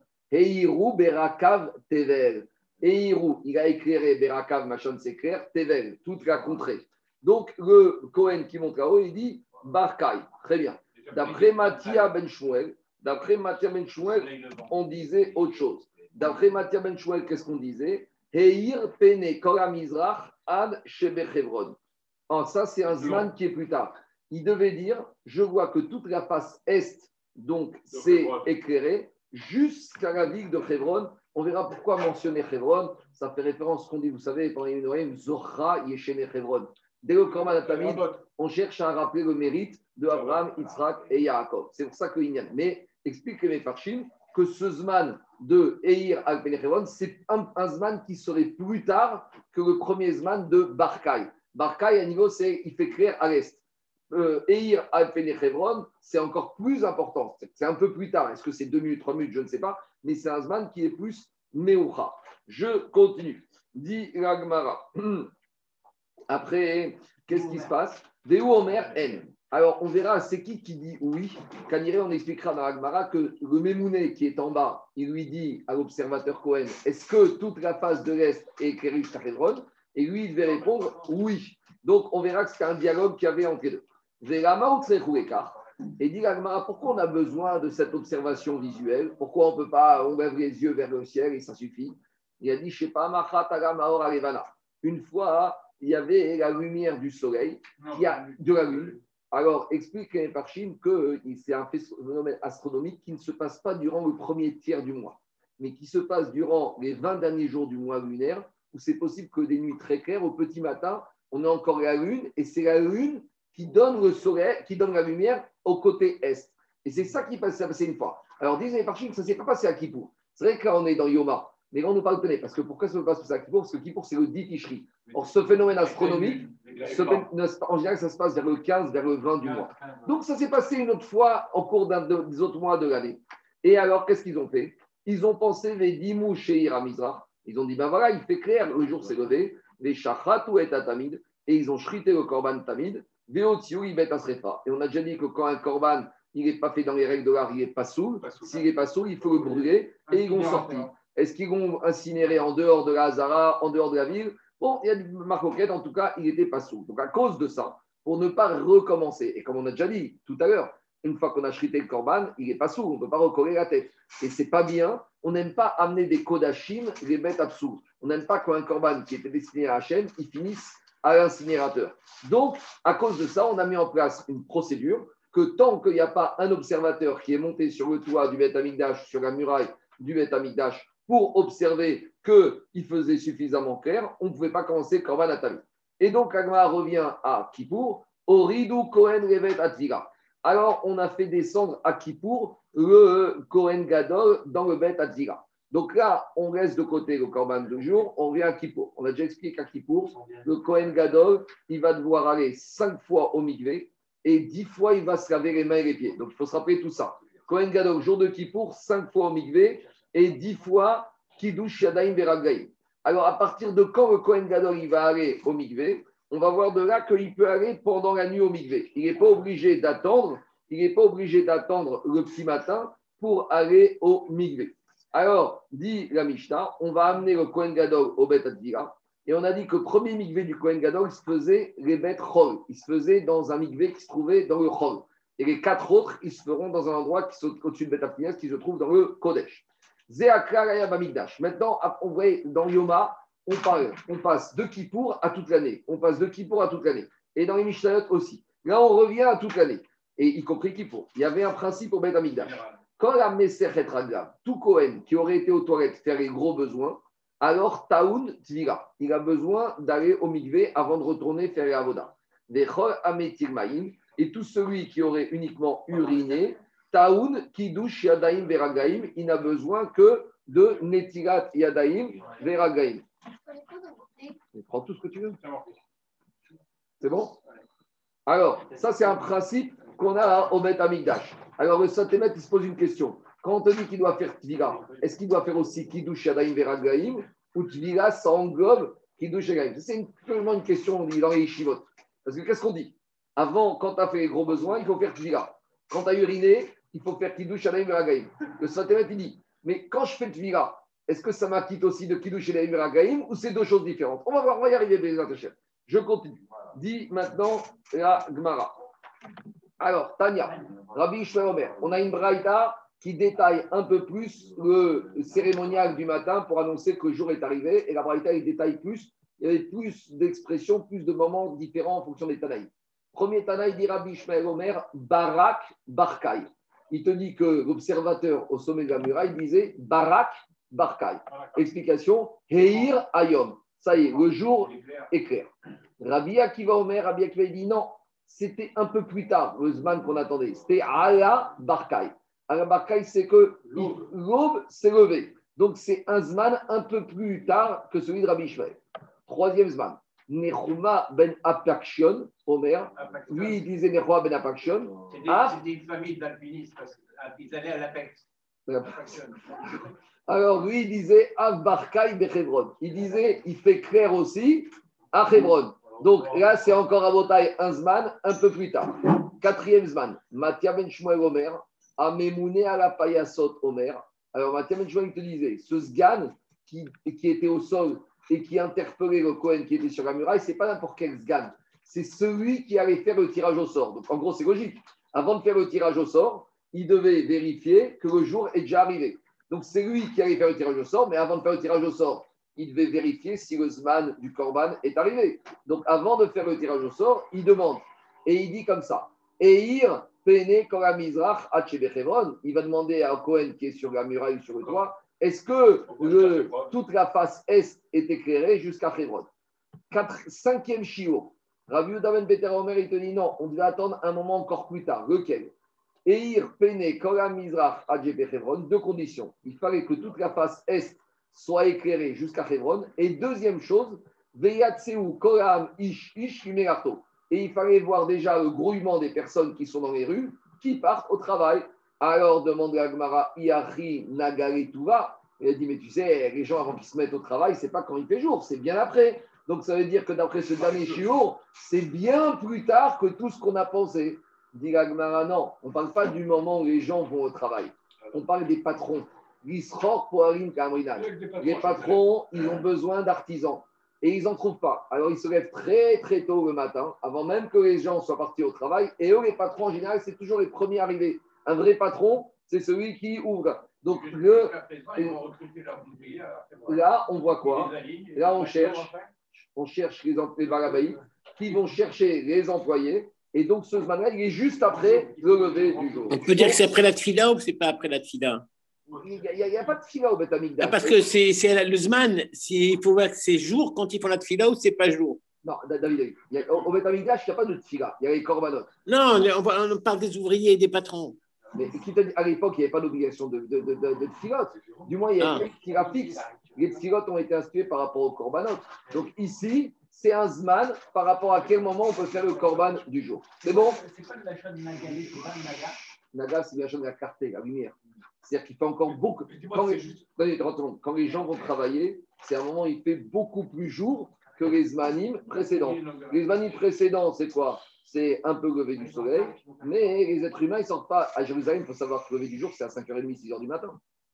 Heiru Berakav Tevel. Heiru, il a éclairé Berakav, machin, c'est clair, Tevel, toute la contrée. Donc, le Cohen qui monte là-haut, il dit Barkaï. Très bien. D'après Mathia Ben Shmuel, d'après Mathia Ben Shmuel, on disait autre chose. D'après Mathia Ben Shmuel, qu'est-ce qu'on disait? Heir pene kol hamizrach ad shebe Chevron. Oh, ça, c'est un zman qui est plus tard. Il devait dire, je vois que toute la face est, donc c'est éclairé, jusqu'à la ville de Chevron. On verra pourquoi mentionner Chevron. Ça fait référence à ce qu'on dit, vous savez, pendant les Noël, Zohra Yeshene Chevron. Dès le Korban Atamid, on cherche à rappeler le mérite de Abraham, Yitzhak et Yaakov. C'est pour ça que Inyan. Mais explique les Mefarshim que ce Zman de Eir al Penechevron, c'est un, un Zman qui serait plus tard que le premier Zman de Barkai. Barkai, à niveau, c'est il fait clair à l'est. Euh, Eir al Penechevron, c'est encore plus important. C'est un peu plus tard. Est-ce que c'est deux minutes, trois minutes, je ne sais pas. Mais c'est un Zman qui est plus Meucha. Je continue. Dit l'Agmara. Après, qu'est-ce qui se passe? Deu Omer N. Alors, on verra, c'est qui qui dit oui. Kaniré, on expliquera dans l'Agmara que le Mémouné qui est en bas, il lui dit à l'observateur Cohen, est-ce que toute la face de l'Est est éclairée jusqu'à Hebron? Et lui, il devait répondre oui. Donc, on verra que c'était un dialogue qu'il y avait entre les deux. Et dit l'Agmara, pourquoi on a besoin de cette observation visuelle? Pourquoi on ne peut pas, on lève les yeux vers le ciel et ça suffit? Il a dit, je ne sais pas, une fois, il y avait la lumière du soleil, qui a, de la lune. Alors, explique les Parchim que c'est un phénomène astronomique qui ne se passe pas durant le premier tiers du mois, mais qui se passe durant les vingt derniers jours du mois lunaire, où c'est possible que des nuits très claires, au petit matin, on a encore la lune, et c'est la lune qui donne le soleil, qui donne la lumière au côté est. Et c'est ça qui s'est passé une fois. Alors, disent les Parchim que ça ne s'est pas passé à Kippour. C'est vrai que là, on est dans Yoma. Mais là, on nous parle de parce que pourquoi ça ne se passe pas à Kippour? Parce que Kippour, c'est le dix Tishri. Or, ce phénomène astronomique, ce phénomène, en général, ça se passe vers le quinze, vers le vingt du mois. Donc, ça s'est passé une autre fois au cours d'un des autres mois de l'année. Et alors, qu'est-ce qu'ils ont fait? Ils ont pensé, Vedimou Sheir Amizrach. Ils ont dit, ben voilà, il fait clair, le jour s'est levé, les Shachatou et Tamid, et ils ont shrité le Korban Tamid, Veotiou, Ibet Asrefa. Et on a déjà dit que quand un Korban, il n'est pas fait dans les règles de l'art, il n'est pas sourd. S'il n'est pas sourd, il faut le brûler, et ils vont sortir. Est-ce qu'ils vont incinérer en dehors de la Hazara, en dehors de la ville? Bon, il y a des marcoquettes, en tout cas, il n'était pas sourd. Donc, à cause de ça, pour ne pas recommencer, et comme on a déjà dit tout à l'heure, une fois qu'on a shrité le korban, il n'est pas sourd, on ne peut pas recoller la tête. Et ce n'est pas bien, on n'aime pas amener des kodachim, les bêtes absourdes. On n'aime pas qu'un korban qui était destiné à Hachem, il finisse à l'incinérateur. Donc, à cause de ça, on a mis en place une procédure que tant qu'il n'y a pas un observateur qui est monté sur le toit du Beth Amikdash, sur la muraille du Beth Amikdash, pour observer qu'il faisait suffisamment clair, on ne pouvait pas commencer Korban Atamid. Et donc, Agma revient à Kippour, Oridou Kohen Revet Atvila. Alors, on a fait descendre à Kippour le Kohen Gadol dans le Bet Atvila. Donc là, on laisse de côté le Korban de jour, on vient à Kippour. On a déjà expliqué qu'à Kippour, le Kohen Gadol, il va devoir aller cinq fois au mikvé et dix fois, il va se laver les mains et les pieds. Donc, il faut se rappeler tout ça. Kohen Gadol, jour de Kippour, cinq fois au mikvé et dix fois Kiddush Yadayim Veraglaim. Alors, à partir de quand le Kohen Gadol il va aller au mikvé, on va voir de là qu'il peut aller pendant la nuit au mikvé. Il n'est pas obligé d'attendre, il n'est pas obligé d'attendre le petit matin pour aller au mikvé. Alors, dit la Mishnah, on va amener le Kohen Gadol au Bet Advila. Et on a dit que le premier mikvé du Kohen Gadol, il se faisait les Bet Chol. Il se faisait dans un mikvé qui se trouvait dans le Chol. Et les quatre autres, ils se feront dans un endroit qui est au-dessus de Bet Advila, qui se trouve dans le Kodesh. Maintenant, on voit dans Yoma, on, parle, on passe de Kippour à toute l'année. On passe de Kippour à toute l'année. Et dans les Mishnayot aussi. Là, on revient à toute l'année. Et y compris Kippour. Il y avait un principe au Bet Amikdash. Quand la Meseret Raglav, tout Kohen qui aurait été aux toilettes faire les gros besoins, alors Taoun Tvila, il a besoin d'aller au mikvé avant de retourner faire les avoda. Vechol Ametir Maïm, et tout celui qui aurait uniquement uriné, Taoun Kiddush Yadaim Veragaim, il n'a besoin que de Netilat Yadaim Veragaim. Prends tout ce que tu veux. C'est bon? Alors, ça c'est un principe qu'on a au Bet Amikdash. Alors, le Saint-Émet, il se pose une question. Quand on te dit qu'il doit faire Tvila, est-ce qu'il doit faire aussi Kiddush Yadayim Veragaim ou Tvila, ça englobe Kiddush Yadayim? C'est une, vraiment une question, on dit dans les Yeshivot. Parce que qu'est-ce qu'on dit? Avant, quand tu as fait les gros besoins, il faut faire Tvila. Quand tu as uriné, il faut faire Kiddush Yadayim Veragaim. Le Saint-Émet, il dit, mais quand je fais Tvila, est-ce que ça m'acquitte aussi de Kiddush Yadayim Veragaim ou c'est deux choses différentes? On va voir, on va y arriver, les Atachètes. Je continue. Dis maintenant la Gemara. Alors, Tania, Rabbi Shmuel Omer, on a une braïta qui détaille un peu plus le cérémonial du matin pour annoncer que le jour est arrivé. Et la braïta, il détaille plus. Il y avait plus d'expressions, plus de moments différents en fonction des Tanaïs. Premier Tanaï dit Rabbi Shmuel Omer, Barak Barkai. Il te dit que l'observateur au sommet de la muraille disait Barak Barkai. Explication, Heir Ayom. Ça y est, le jour est clair. Rabbi Akiva Omer, Rabbi Akiva dit non. c'était un peu plus tard, le Zman qu'on attendait. C'était Ala Barkai. Ala Barkai, c'est que l'aube s'est levée. Donc, c'est un Zman un peu plus tard que celui de Rabbi Ishmael. Troisième Zman. Nechuma ben Apakshion, Omer. Lui, il disait Nechuma ben Apakshion. C'était Ah. une famille d'alpinistes, parce qu'ils allaient à l'Apex. Alors, lui, il disait Av Barkai Bechevron. Il disait, il fait clair aussi à Hebron. Donc là, c'est encore à Botaï un Zman, un peu plus tard. Quatrième Zman, Matia ben Shmuel Omer, Amemouné à la Payasot Omer. Alors, Matia ben Shmuel, il te disait, ce Zgan qui, qui était au sol et qui interpellait le Kohen qui était sur la muraille, ce n'est pas n'importe quel Zgan. C'est celui qui allait faire le tirage au sort. Donc, en gros, c'est logique. Avant de faire le tirage au sort, il devait vérifier que le jour est déjà arrivé. Donc, c'est lui qui allait faire le tirage au sort, mais avant de faire le tirage au sort, il devait vérifier si le Zman du Korban est arrivé. Donc, avant de faire le tirage au sort, il demande. Et il dit comme ça. Eir pene koramizrach hachebechevron. Il va demander à un Kohen qui est sur la muraille, sur le toit, est-ce que le, toute la face est est éclairée jusqu'à Hebron? Cinquième shiur. Rabbi Yehuda ben Beter Omer, il te dit non, on devait attendre un moment encore plus tard. Lequel? Eir pene koramizrach hachebechevron. Deux conditions. Il fallait que toute la face est soit éclairé jusqu'à Hebron. Et deuxième chose, Veyatseu Koram Ish Ish Merato. Et il fallait voir déjà le grouillement des personnes qui sont dans les rues, qui partent au travail. Alors demande la Gemara, Iachi Nagare Tuva. Il a dit, mais tu sais, les gens avant qu'ils se mettent au travail, c'est pas quand il fait jour, c'est bien après. Donc ça veut dire que d'après ce dernier shiur, c'est bien plus tard que tout ce qu'on a pensé. Dit la Gemara, non, on ne parle pas du moment où les gens vont au travail. On parle des patrons. Les patrons, ils ont besoin d'artisans et ils n'en trouvent pas. Alors ils se lèvent très très tôt le matin, avant même que les gens soient partis au travail. Et eux, les patrons en général, c'est toujours les premiers arrivés. Un vrai patron, c'est celui qui ouvre. Donc le, là, on voit quoi? Là, on cherche, on cherche les employés qui vont chercher les employés. Et donc ce Zman-là, il est juste après le lever du jour. On peut dire que c'est après la tfila ou c'est pas après la tfila? Il n'y a, a pas de tfila au Beth Amikdash. Ah, parce que c'est, c'est le Zman, il faut voir que c'est jour quand ils font la tfila ou c'est pas jour. Non, David, il y a, au Beth Amikdash, il n'y a pas de tfila, il y a les korbanot. Non, on, on parle des ouvriers et des patrons. Mais qui t'a dit, à l'époque, il n'y avait pas d'obligation de, de, de, de, de tfilot. Du moins, il y a ah. des tfila fixes. Les tfilot ont été institués par rapport au korbanot. Donc ici, c'est un Zman par rapport à quel moment on peut faire le korban du jour. C'est bon? C'est pas de l'achat de Nagali, c'est pas de Naga. Naga, c'est l'achat de la clarté, la lumière. C'est-à-dire qu'il fait encore beaucoup. Quand les, quand les gens vont travailler, c'est un moment où il fait beaucoup plus jour que les Zmanim précédents. Les Zmanim précédents, c'est quoi? C'est un peu lever du soleil, mais les êtres humains, ils ne sortent pas. À Jérusalem, il faut savoir que le lever du jour, c'est à cinq heures trente, six heures du matin.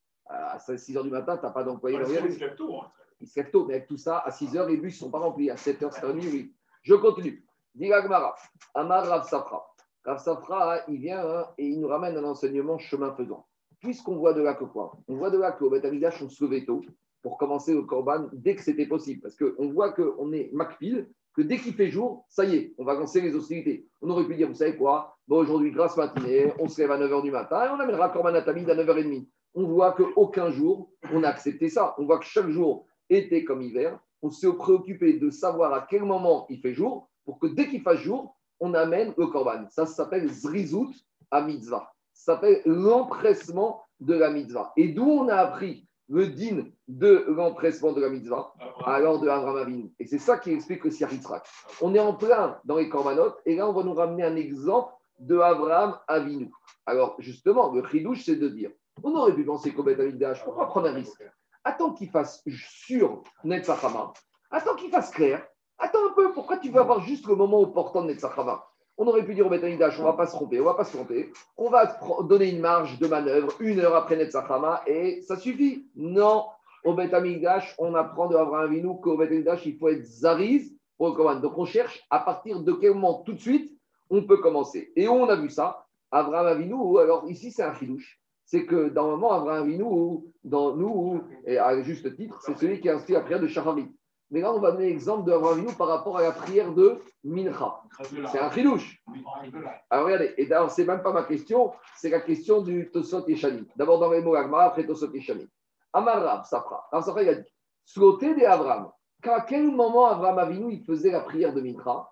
À six heures du matin, tu n'as pas d'employé dans les rues. Ils se lèvent tôt, mais avec tout ça, à six heures, les bus ne sont pas remplis. À sept heures, sept heures trente, oui. Je continue. Diga Gemara, Amar Rav Safra. Rav Safra, il vient hein, et il nous ramène un enseignement chemin faisant. Puisqu'on voit de là que quoi? On voit de là qu'au Beth Amikdash, on se levait tôt pour commencer le korban dès que c'était possible. Parce qu'on voit qu'on est makpil, que dès qu'il fait jour, ça y est, on va lancer les hostilités. On aurait pu dire, vous savez quoi? Bon, aujourd'hui, grâce matinée, on se lève à neuf heures du matin et on amènera korban atamid à neuf heures trente. On voit qu'aucun jour, on a accepté ça. On voit que chaque jour, été comme hiver, on s'est préoccupé de savoir à quel moment il fait jour pour que dès qu'il fasse jour, on amène le korban. Ça, ça s'appelle zrizout à mitzvah. Ça s'appelle l'empressement de la mitzvah. Et d'où on a appris le din de l'empressement de la mitzvah, alors de Avraham Avinu. Et c'est ça qui explique le Siach Yitzhak. On est en plein dans les korbanot, et là on va nous ramener un exemple de Avraham Avinu. Alors justement, le chidouche, c'est de dire, on aurait pu penser qu'au Beth Amikdash, pourquoi prendre un risque? Attends qu'il fasse sur Netzachama, attends qu'il fasse clair, attends un peu, pourquoi tu veux avoir juste le moment opportun de Netzachama? On aurait pu dire au Beth Amikdash, on ne va pas se tromper, on ne va pas se tromper, on va donner une marge de manœuvre une heure après Netzachama et ça suffit. Non, au Beth Amikdash, on apprend de Avraham Avinu qu'au Beth Amikdash, il faut être zariz pour le Korban. Donc on cherche à partir de quel moment tout de suite on peut commencer. Et où on a vu ça? Avraham Avinu, alors ici c'est un chidouche. C'est que dans le moment, Avraham Avinu, dans nous, et à juste titre, c'est celui qui a inscrit la prière de Shacharit. Mais là, on va donner l'exemple d'Avraham Avinu par rapport à la prière de Mincha. C'est un chidouche. Alors regardez, et d'ailleurs, ce n'est même pas ma question, c'est la question du Tosot et Shani. D'abord dans les mots Agmara, après Tosot et Shani. Amar Rav Safra. Rav Safra, il a dit, Sloté de Avraham. À quel moment Avraham Avinu il faisait la prière de Mincha?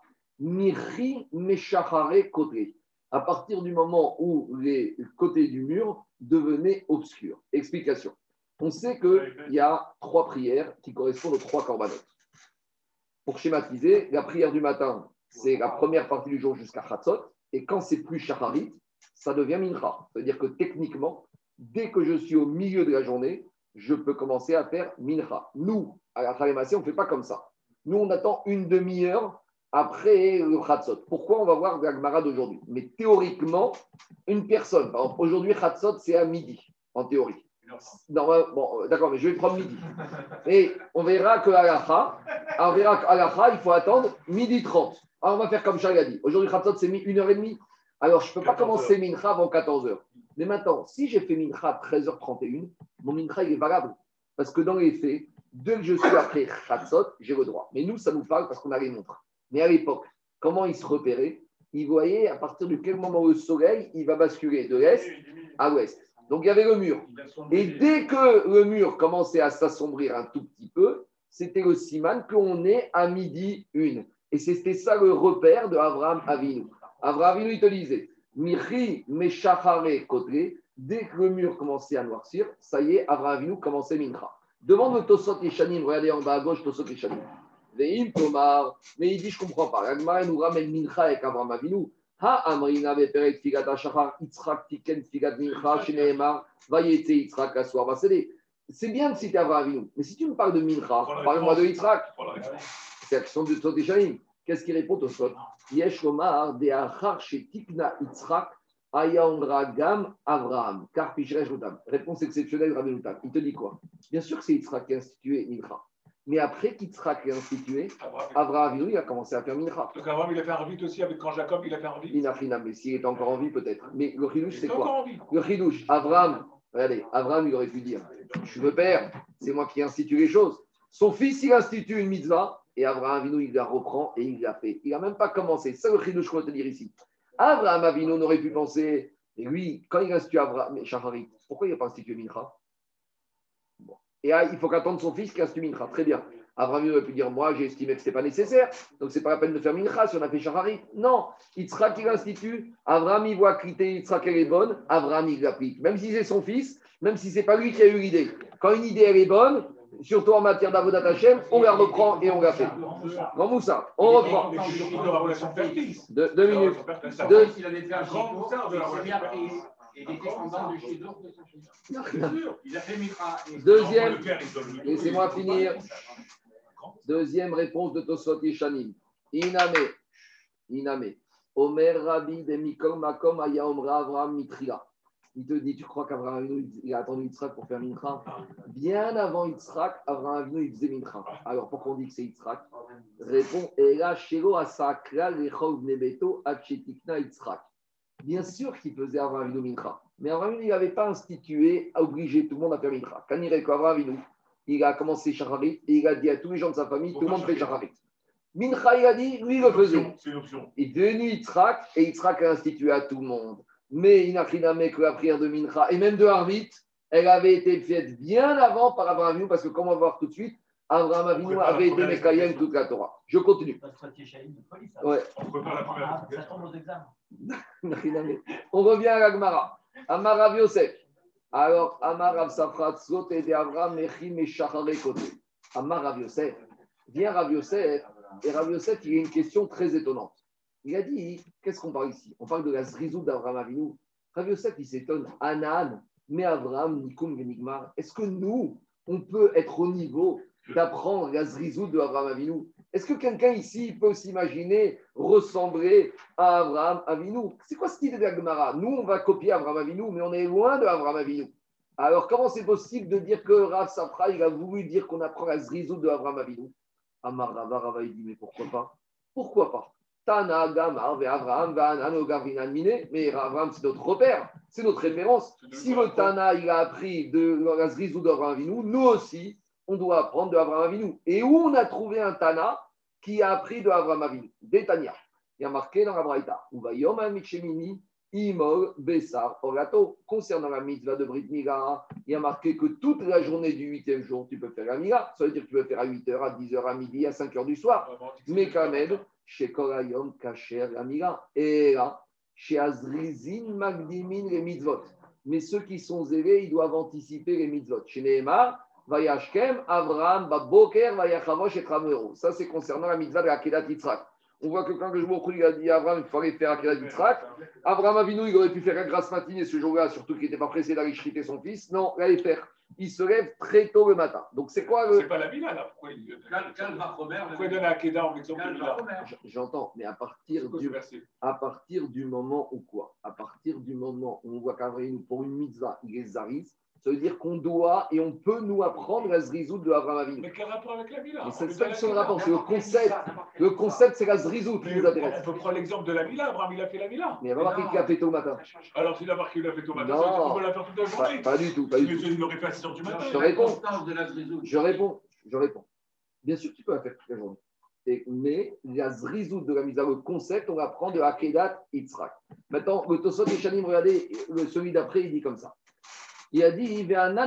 Mirri Meshachare Koté. À partir du moment où les côtés du mur devenaient obscurs. Explication. On sait qu'il y a trois prières qui correspondent aux trois corbanotes. Pour schématiser, la prière du matin, c'est la première partie du jour jusqu'à Chatzot. Et quand c'est plus Shacharit, ça devient Mincha. C'est-à-dire que techniquement, dès que je suis au milieu de la journée, je peux commencer à faire Mincha. Nous, à la Khalémassé, on ne fait pas comme ça. Nous, on attend une demi-heure après le Chatzot. Pourquoi? On va voir la Gemara d'aujourd'hui. Mais théoriquement, une personne, par exemple, aujourd'hui, Chatzot, c'est à midi, en théorie. Non, bon, d'accord, mais je vais prendre midi. Et on verra qu'à l'Acha, on verra qu'à l'Acha, il faut attendre midi trente. Alors, on va faire comme Charles a dit. Aujourd'hui, Chatzot, c'est une heure trente. Alors, je ne peux pas commencer Mincha avant quatorze heures. Mais maintenant, si j'ai fait Mincha à treize heures trente et une, mon Mincha, il est valable. Parce que dans les faits, dès que je suis après Chatzot, j'ai le droit. Mais nous, ça nous parle parce qu'on a les montres. Mais à l'époque, comment ils se repéraient? Ils voyaient à partir de quel moment le soleil, il va basculer de l'est à l'ouest. Donc, il y avait le mur. Et dès que le mur commençait à s'assombrir un tout petit peu, c'était le siman qu'on est à midi une. Et c'était ça le repère de Abraham Avinu. Abraham Avinu, il te disait, Michi Meshachare Kotre, dès que le mur commençait à noircir, ça y est, Abraham Avinu commençait Mincha. Demande le Tosot Yeshanim, regardez en bas à gauche, Tosot Yeshanim. Veim Tomar, mais il dit, je ne comprends pas. La Gemara nous ramène Mincha avec Abraham Avinu. Ha Amrina Beperek Figat Ashachar, Yitzhak Tiken Figat Mincha, Sheneemar, Vayetse Yitzhak Aswar Vasede. C'est bien de citer Abraham Avinu, mais si tu me parles de Mincha, parle-moi de Yitzhak. C'est l'action de Tosot Yeshanim. Qu'est-ce qu'il répond Tosot? Yesh Lomar de Achar Shetikna Yitzhak. Ayamragam Avraham, car Pichresh Rutam. Réponse exceptionnelle, Rabbi Rutam. Il te dit quoi? Bien sûr que c'est Yitzhak qui a institué Mincha. Mais après qu'Yitzhak l'ait institué, Avraham Avinu, il a commencé à faire Mincha. Donc Avraham, il a fait un vite aussi avec quand Jacob, il a fait un vite. Inafina, mais s'il est encore en vie, peut-être. Mais le Chidouche, c'est quoi? Le Chidouche, Avraham, regardez, Avraham, il aurait pu dire, je suis le père, c'est moi qui institue les choses. Son fils, il institue une mitzvah, et Avraham Avinu, il la reprend et il l'a fait. Il n'a même pas commencé. C'est ça le Chidouche qu'on va te dire ici. Abraham Avinu aurait pu penser, et lui, quand il a institué Abraham, Shacharit, pourquoi il n'a pas institué Mincha? Bon. Et là, il faut qu'attendre son fils qui institue Mincha. Très bien. Abraham aurait pu dire, moi, j'ai estimé que ce n'était pas nécessaire, donc ce n'est pas la peine de faire Mincha si on a fait Shacharit. Non, Yitzhak, il institue, Abraham, il voit que l'idée Yitzhak, elle est bonne, Abraham, il l'applique. Même si c'est son fils, même si ce n'est pas lui qui a eu l'idée. Quand une idée, elle est bonne, surtout en matière d'Avodat Hashem, on la reprend et on la fait. Grand Moussa, on reprend. Deux, deux minutes. Deux. Il avait fait un grand et des descendants de chez d'autres de son fils. Il a fait Mitra. Deuxième, laissez-moi finir. Deuxième réponse de Tosot Yeshanim. Iname, Iname. Omer Rabbi de Mikol Makom Aya Omra Avraham Mitrila. Il te dit, tu crois qu'Avraham Avinu, il a attendu Yitzhak pour faire Mincha? Bien avant Yitzhak, Avraham Avinu, il faisait Mincha. Alors, pourquoi on dit que c'est Yitzhak? Répond, Ela Shelo Asakra Lechov Nebeto Achetikna Yitzhak. Bien sûr qu'il faisait Avraham Avinu Mincha. Mais Avraham Avinu, il n'avait pas institué, à obliger tout le monde à faire Mincha. Quand il est qu'Avraham Avinu, il a commencé Shacharit et il a dit à tous les gens de sa famille, tout le monde fait Shacharit. Mincha, il a dit, lui, il le faisait. C'est une option. Il est devenu Yitzhak et Yitzhak a institué à tout le monde. Mais il n'a rien que la prière de Mincha et même de Harvit, elle avait été faite bien avant par Avraham Avinu, parce que comme on va voir tout de suite, Avraham Avinu avait été Mekayem toute la Torah. Je continue. Ouais. On prépare la première. Ça tombe aux examens. On revient à la Gemara. Amar Rav Yosef. Alors, Amar Rav Safrat, Zot et de Avraham, Mechim et Shachare Kote. Amar Rav Yosef. Viens Rav Yosef. Et Rav Yosef, il y a une question très étonnante. Il a dit, qu'est-ce qu'on parle ici? On parle de la zrizou d'Avraham Avinu. Rav Yosef, il s'étonne. Anan, mais Avraham, Nikum, Genigmar. Est-ce que nous, on peut être au niveau d'apprendre la zrizou d'Avraham Avinu? Est-ce que quelqu'un ici peut s'imaginer ressembler à Avraham Avinu? C'est quoi cette idée de la Gemara? Nous, on va copier Avraham Avinu, mais on est loin de Avraham Avinu. Alors, comment c'est possible de dire que Rav Safra, il a voulu dire qu'on apprend la zrizou de Avraham Avinu? Amar Rava, Rava, il dit, mais pourquoi pas? Pourquoi pas? Tana, Gamar, Avraham, Vanano, Gavinan, Mine, mais Avraham, c'est notre repère, c'est notre référence. Si le Tana, il a appris de la zrizou d'Avraham Avinu, nous aussi, on doit apprendre de Avraham Avinu. Et où on a trouvé un Tana qui a appris de Avraham Avinu? Des Tania. Il y a marqué dans la Braïta. Ou va Yom Michemini, Imol, Bessar, Orato. Concernant la mitzvah de Brit Mila, il y a marqué que toute la journée du huitième jour, tu peux faire la Mila. Ça veut dire que tu peux faire à huit heures, à dix heures, à midi, à cinq heures du soir. Mais quand même, chez Korayom, Kacher, la Mila. Et là, chez Azrizin, Magdimin, les mitzvot. Mais ceux qui sont zélés, ils doivent anticiper les mitzvot. Chez Nehemar, Vayashkem, Avraham, Baboker, Vayachavosh et Tramero. Ça, c'est concernant la mitzvah de la Kedat Yitzhak. On voit que quand le jour il a dit à Abraham qu'il fallait faire la Kedat Yitzhak, Abraham Avinu, il aurait pu faire la grâce matinée ce jour-là, surtout qu'il n'était pas pressé d'aller chriter son fils. Non, il allait faire. Il se lève très tôt le matin. Donc, c'est quoi le. C'est pas la Mila, là. Pourquoi il Pourquoi donne à Kedah en exemple de Mila? J'entends, mais à partir, du, à partir du moment où quoi À partir du moment où on voit qu'Abraham, pour une mitzvah, il est zaris, ça veut dire qu'on doit et on peut nous apprendre la zrizout de Abraham Avinu. Mais quel rapport avec la Mila? C'est ça qui son rapport, c'est le concept. Le concept, c'est la zrizout qui nous intéresse. On peut prendre l'exemple de la Mila. Abraham, il a fait la Mila. Mais il n'y a pas marqué qu'il a fait tôt au matin. Alors, s'il a marqué qu'il a fait tôt au matin, non, ça veut dire qu'on peut la faire toute la journée. Pas, pas du tout. Pas du tout. Il l'aurait fait à six heures du matin. Je réponds. Je réponds. Je réponds. Bien sûr, tu peux la faire toute la journée. Et, mais la zrizout de la mise à le concept, on apprend de Akedat Yitzhak. Maintenant, le Tosot et Shanim, regardez, celui d'après, il dit comme ça. Il a dit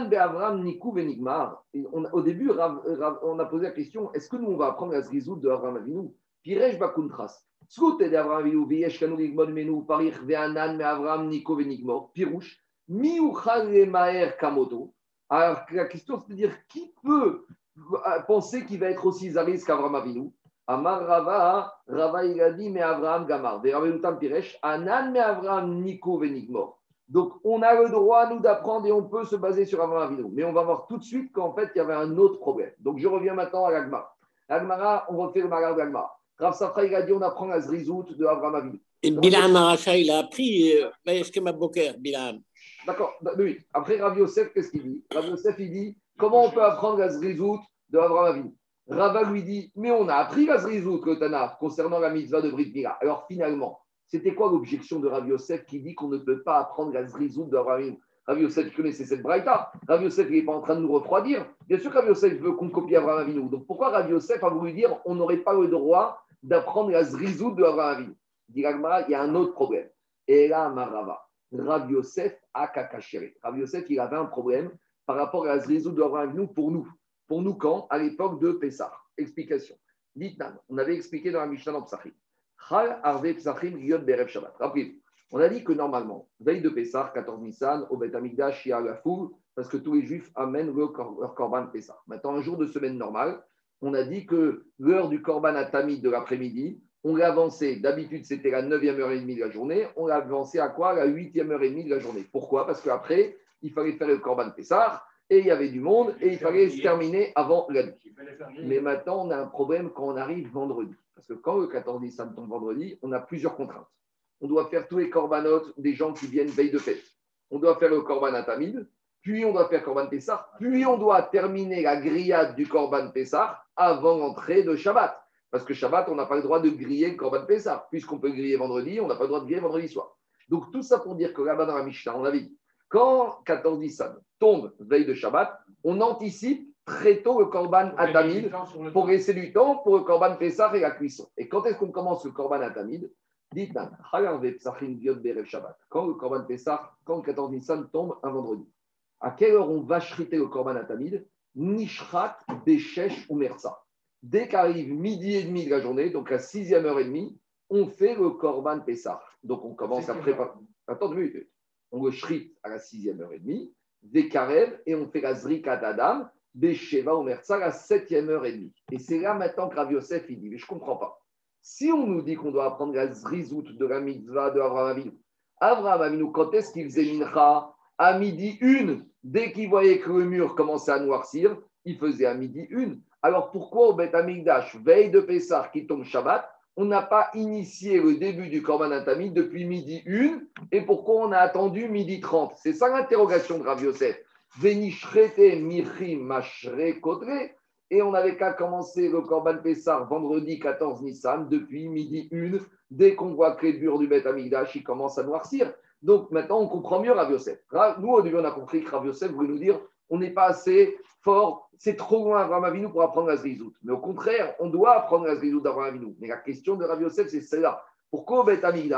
au début, on a posé la question est-ce que nous, on va apprendre la zrizout de Avraham Avinu Pirej bakuntras. Zkut de Avraham Avinu, viesh kanu ligmod menu, parich ve'anan me Avraham Niko venigmor, pirouche, miuchal le maer kamoto. Alors, la question, c'est de dire qui peut penser qu'il va être aussi zaris qu'Avraham Avinu Amar Rava, Rava il a dit mais Avraham Gamar, ve'avelutam piresh, anan me Avraham Niko venigmor. Donc, on a le droit, nous, d'apprendre et on peut se baser sur Avraham Avinu. Mais on va voir tout de suite qu'en fait, il y avait un autre problème. Donc, je reviens maintenant à l'Agmara. L'Agmara, on refait le magal de l'Agmara. Rav Safra, il a dit on apprend la zrizout de Avraham Avinu. Et Bilam Aracha, il a appris Vayeshkem Aboker, Bilam. D'accord, oui. Après, Rav Yosef, qu'est-ce qu'il dit Rav Yosef, il dit comment on peut apprendre la zrizout de Avraham Avinu Rava lui dit mais on a appris la zrizout, le Tanakh, concernant la mitzvah de Brit Mila. Alors, finalement, c'était quoi l'objection de Rav Yosef qui dit qu'on ne peut pas apprendre la zrizout d'Avraham Avinu? Rav Yosef, il connaissait cette braïta. Rav Yosef, il n'est pas en train de nous refroidir. Bien sûr que Rav Yosef veut qu'on copie Avraham Avinu. Donc pourquoi Rav Yosef a voulu dire on n'aurait pas le droit d'apprendre la zrizout d'Avraham Avinu? Dit l'Agmara, il y a un autre problème. Et là, Marava, Rav Yosef a kakachere. Rav Yosef, il avait un problème par rapport à la zrizout d'Avraham Avinu pour nous. Pour nous quand? À l'époque de Pessah. Explication. Dites-nous, on avait expliqué dans la Mishnah dans Psachim. Rappelez-vous, on a dit que normalement, veille de Pessah, quatorze Nissan, au Beth Amikdash, il y a la foule, parce que tous les Juifs amènent leur, leur Korban Pessah. Maintenant, un jour de semaine normale, on a dit que l'heure du Korban à Tamid de l'après-midi, on l'a avancé, d'habitude c'était la neuvième heure et demie de la journée, on l'a avancé à quoi? La huitième heure et demie de la journée. Pourquoi? Parce qu'après, il fallait faire le Korban Pessah, et il y avait du monde, et il fallait se terminer avant la nuit. Mais maintenant, on a un problème quand on arrive vendredi. Parce que quand le quatorze Nissan tombe vendredi, on a plusieurs contraintes. On doit faire tous les corbanotes des gens qui viennent veille de fête. On doit faire le korban à Tamid, puis on doit faire korban Pessah, puis on doit terminer la grillade du korban Pessah avant l'entrée de Shabbat. Parce que Shabbat, on n'a pas le droit de griller le korban Pessah. Puisqu'on peut griller vendredi, on n'a pas le droit de griller vendredi soir. Donc tout ça pour dire que là-bas dans la Mishnah, on avait dit, quand quatorze Nissan tombe veille de Shabbat, on anticipe très tôt le korban à Tamid pour laisser du temps pour le korban Pessah et la cuisson. Et quand est-ce qu'on commence le korban à Tamid? Dites-moi, quand le korban Pessah, quand le quatorze Nissan tombe un vendredi, à quelle heure on va shriter le korban à Tamid? Nishrat, Beshesh ou Mersa. Dès qu'arrive midi et demi de la journée, donc à sixième heure et demie, on fait le korban Pessah. Donc on commence à préparer. Attends deux minutes. On le shrite à la sixième heure et demie, Dekarev, et on fait la Zrikat Adam, Besheva ou Mersa à la septième heure et demie. Et c'est là maintenant que Rav Yosef il dit, mais je ne comprends pas. Si on nous dit qu'on doit apprendre la zrizout de la mitzvah de Avraham Avinu, Avraham Avinu, quand est-ce qu'il faisait mincha? À midi une, dès qu'il voyait que le mur commençait à noircir, il faisait à midi une. Alors pourquoi au Beth Amikdash, veille de Pessah qui tombe Shabbat, on n'a pas initié le début du Korban Tamid depuis midi une et pourquoi on a attendu midi trente? C'est ça l'interrogation de Rav Yosef. Venishrete michim mashre kotre. Et on n'avait qu'à commencer le Korban Pessah vendredi quatorze Nissan depuis midi une, dès qu'on voit que les murs du Beth Amikdash, il commence à noircir. Donc maintenant, on comprend mieux Rav Yosef. Nous, au début, on a compris que Rav Yosef voulait nous dire on n'est pas assez fort, c'est trop loin Avraham Avinu pour apprendre la zrizout. Mais au contraire, on doit apprendre la zrizout d'Avraham Avinu. Mais la question de Rav Yosef, c'est celle-là. Pourquoi au Beth Amikdash,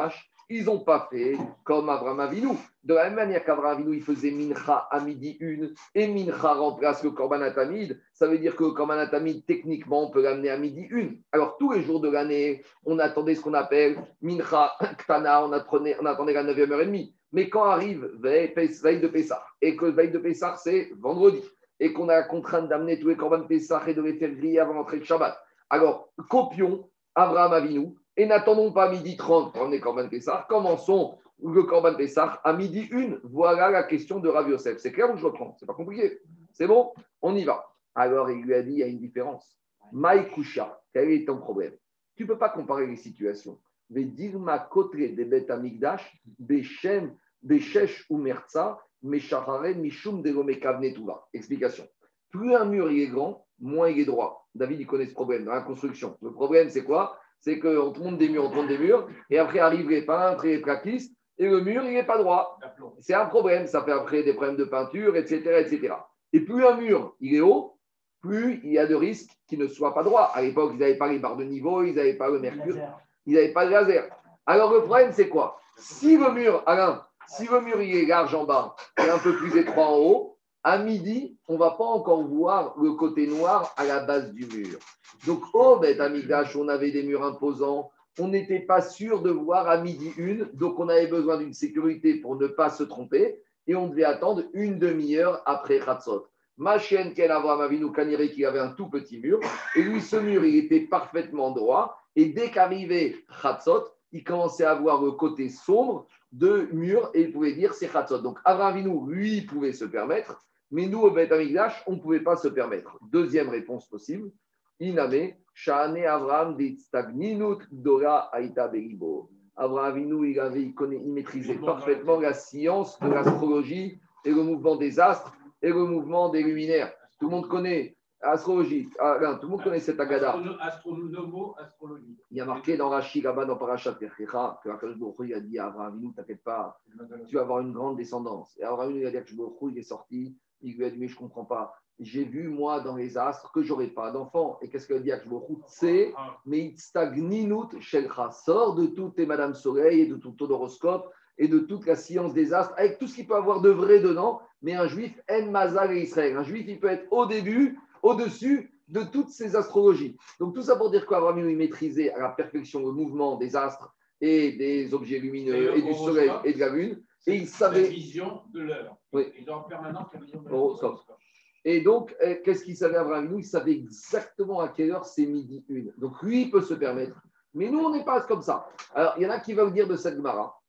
Ils n'ont pas fait comme Abraham Avinu. De la même manière qu'Abraham Avinu, il faisait mincha à midi une et mincha remplace le korban atamid. Ça veut dire que le korban atamid, techniquement, on peut l'amener à midi une. Alors, tous les jours de l'année, on attendait ce qu'on appelle mincha ktana, on attendait, on attendait la neuvième heure trente. Mais quand arrive veille, veille de Pessah, et que veille de Pessah, c'est vendredi, et qu'on a la contrainte d'amener tous les korban Pessah et de les faire griller avant l'entrée de Shabbat, alors copions Abraham Avinu et n'attendons pas midi trente pour emmener korban Pessah, commençons le korban Pessah à midi une. Voilà la question de Rav Yosef. C'est clair ou je reprends? C'est pas compliqué. C'est bon? On y va. Alors il lui a dit, il y a une différence. Maïkusha, quel est ton problème? Tu ne peux pas comparer les situations. Vedirma kotre de bet amigdash, beshem, beshesh ou merza, meshacharen mishum de lomekavne tuva. Explication. Plus un mur il est grand, moins il est droit. David, il connaît ce problème dans la construction. Le problème, c'est quoi? C'est qu'on te monte des murs, on te monte des murs, et après arrivent les peintres et les plaquistes, et le mur, il n'est pas droit. C'est un problème. Ça fait après des problèmes de peinture, et cetera, et cetera. Et plus un mur, il est haut, plus il y a de risques qu'il ne soit pas droit. À l'époque, ils n'avaient pas les barres de niveau, ils n'avaient pas le mercure, ils n'avaient pas de laser. Alors, le problème, c'est quoi? Si le mur, Alain, si le mur, il est large en bas et un peu plus étroit en haut, à midi, on ne va pas encore voir le côté noir à la base du mur. Donc, au Beth Amikdash, on avait des murs imposants. On n'était pas sûr de voir à midi une. Donc, on avait besoin d'une sécurité pour ne pas se tromper. Et on devait attendre une demi-heure après Khatzot. Ma chienne, qu'elle Avraham Avinu Kaniré, qui avait un tout petit mur. Et lui, ce mur, il était parfaitement droit. Et dès qu'arrivait Khatzot, il commençait à voir le côté sombre de mur. Et il pouvait dire c'est Khatzot. Donc, Avraham Avinu, lui, pouvait se permettre. Mais nous, au Beth Amikdash, on ne pouvait pas se permettre. Deuxième réponse possible. Iname, Shahane Avraham de Stagninut Dora Aïta Beribo. Avraham Avinu, il, avait, il, connaît, il maîtrisait parfaitement la science de l'astrologie et le mouvement des astres et le mouvement des luminaires. Tout le monde connaît astrologie. Ah, non, tout le monde connaît cette agada. Astronomo, astrologie. Il y a marqué dans Rashi, là-bas, dans Parashat Terchecha, que Akadosh Baruch Hu, il a dit à Avraham Avinu, t'inquiète pas, tu vas avoir une grande descendance. Et Avraham Avinu, il a dit à Akadosh Baruch Hu, il est sorti. Il lui a dit, mais je ne comprends pas. J'ai vu, moi, dans les astres, que je n'aurai pas d'enfant. Et qu'est-ce qu'il a dit à Kshbochut? C'est, mais stagninut shelcha. Sors de toutes tes Madame Soleil et de tout ton horoscope et de toute la science des astres, avec tout ce qu'il peut avoir de vrai dedans. Mais un juif, en mazal et Israël. Un juif, il peut être au début, au-dessus de toutes ces astrologies. Donc, tout ça pour dire qu'Abraham, il maîtrisait à la perfection le mouvement des astres et des objets lumineux et, et du soleil et de la lune. Et il savait. La vision de l'heure. Oui. Ils ont en permanence la vision de l'heure. Et donc, qu'est-ce qu'il savait Abraham Avinu? Il savait exactement à quelle heure c'est midi une. Donc, lui, il peut se permettre. Mais nous, on n'est pas comme ça. Alors, il y en a qui veulent dire de cette Gemara,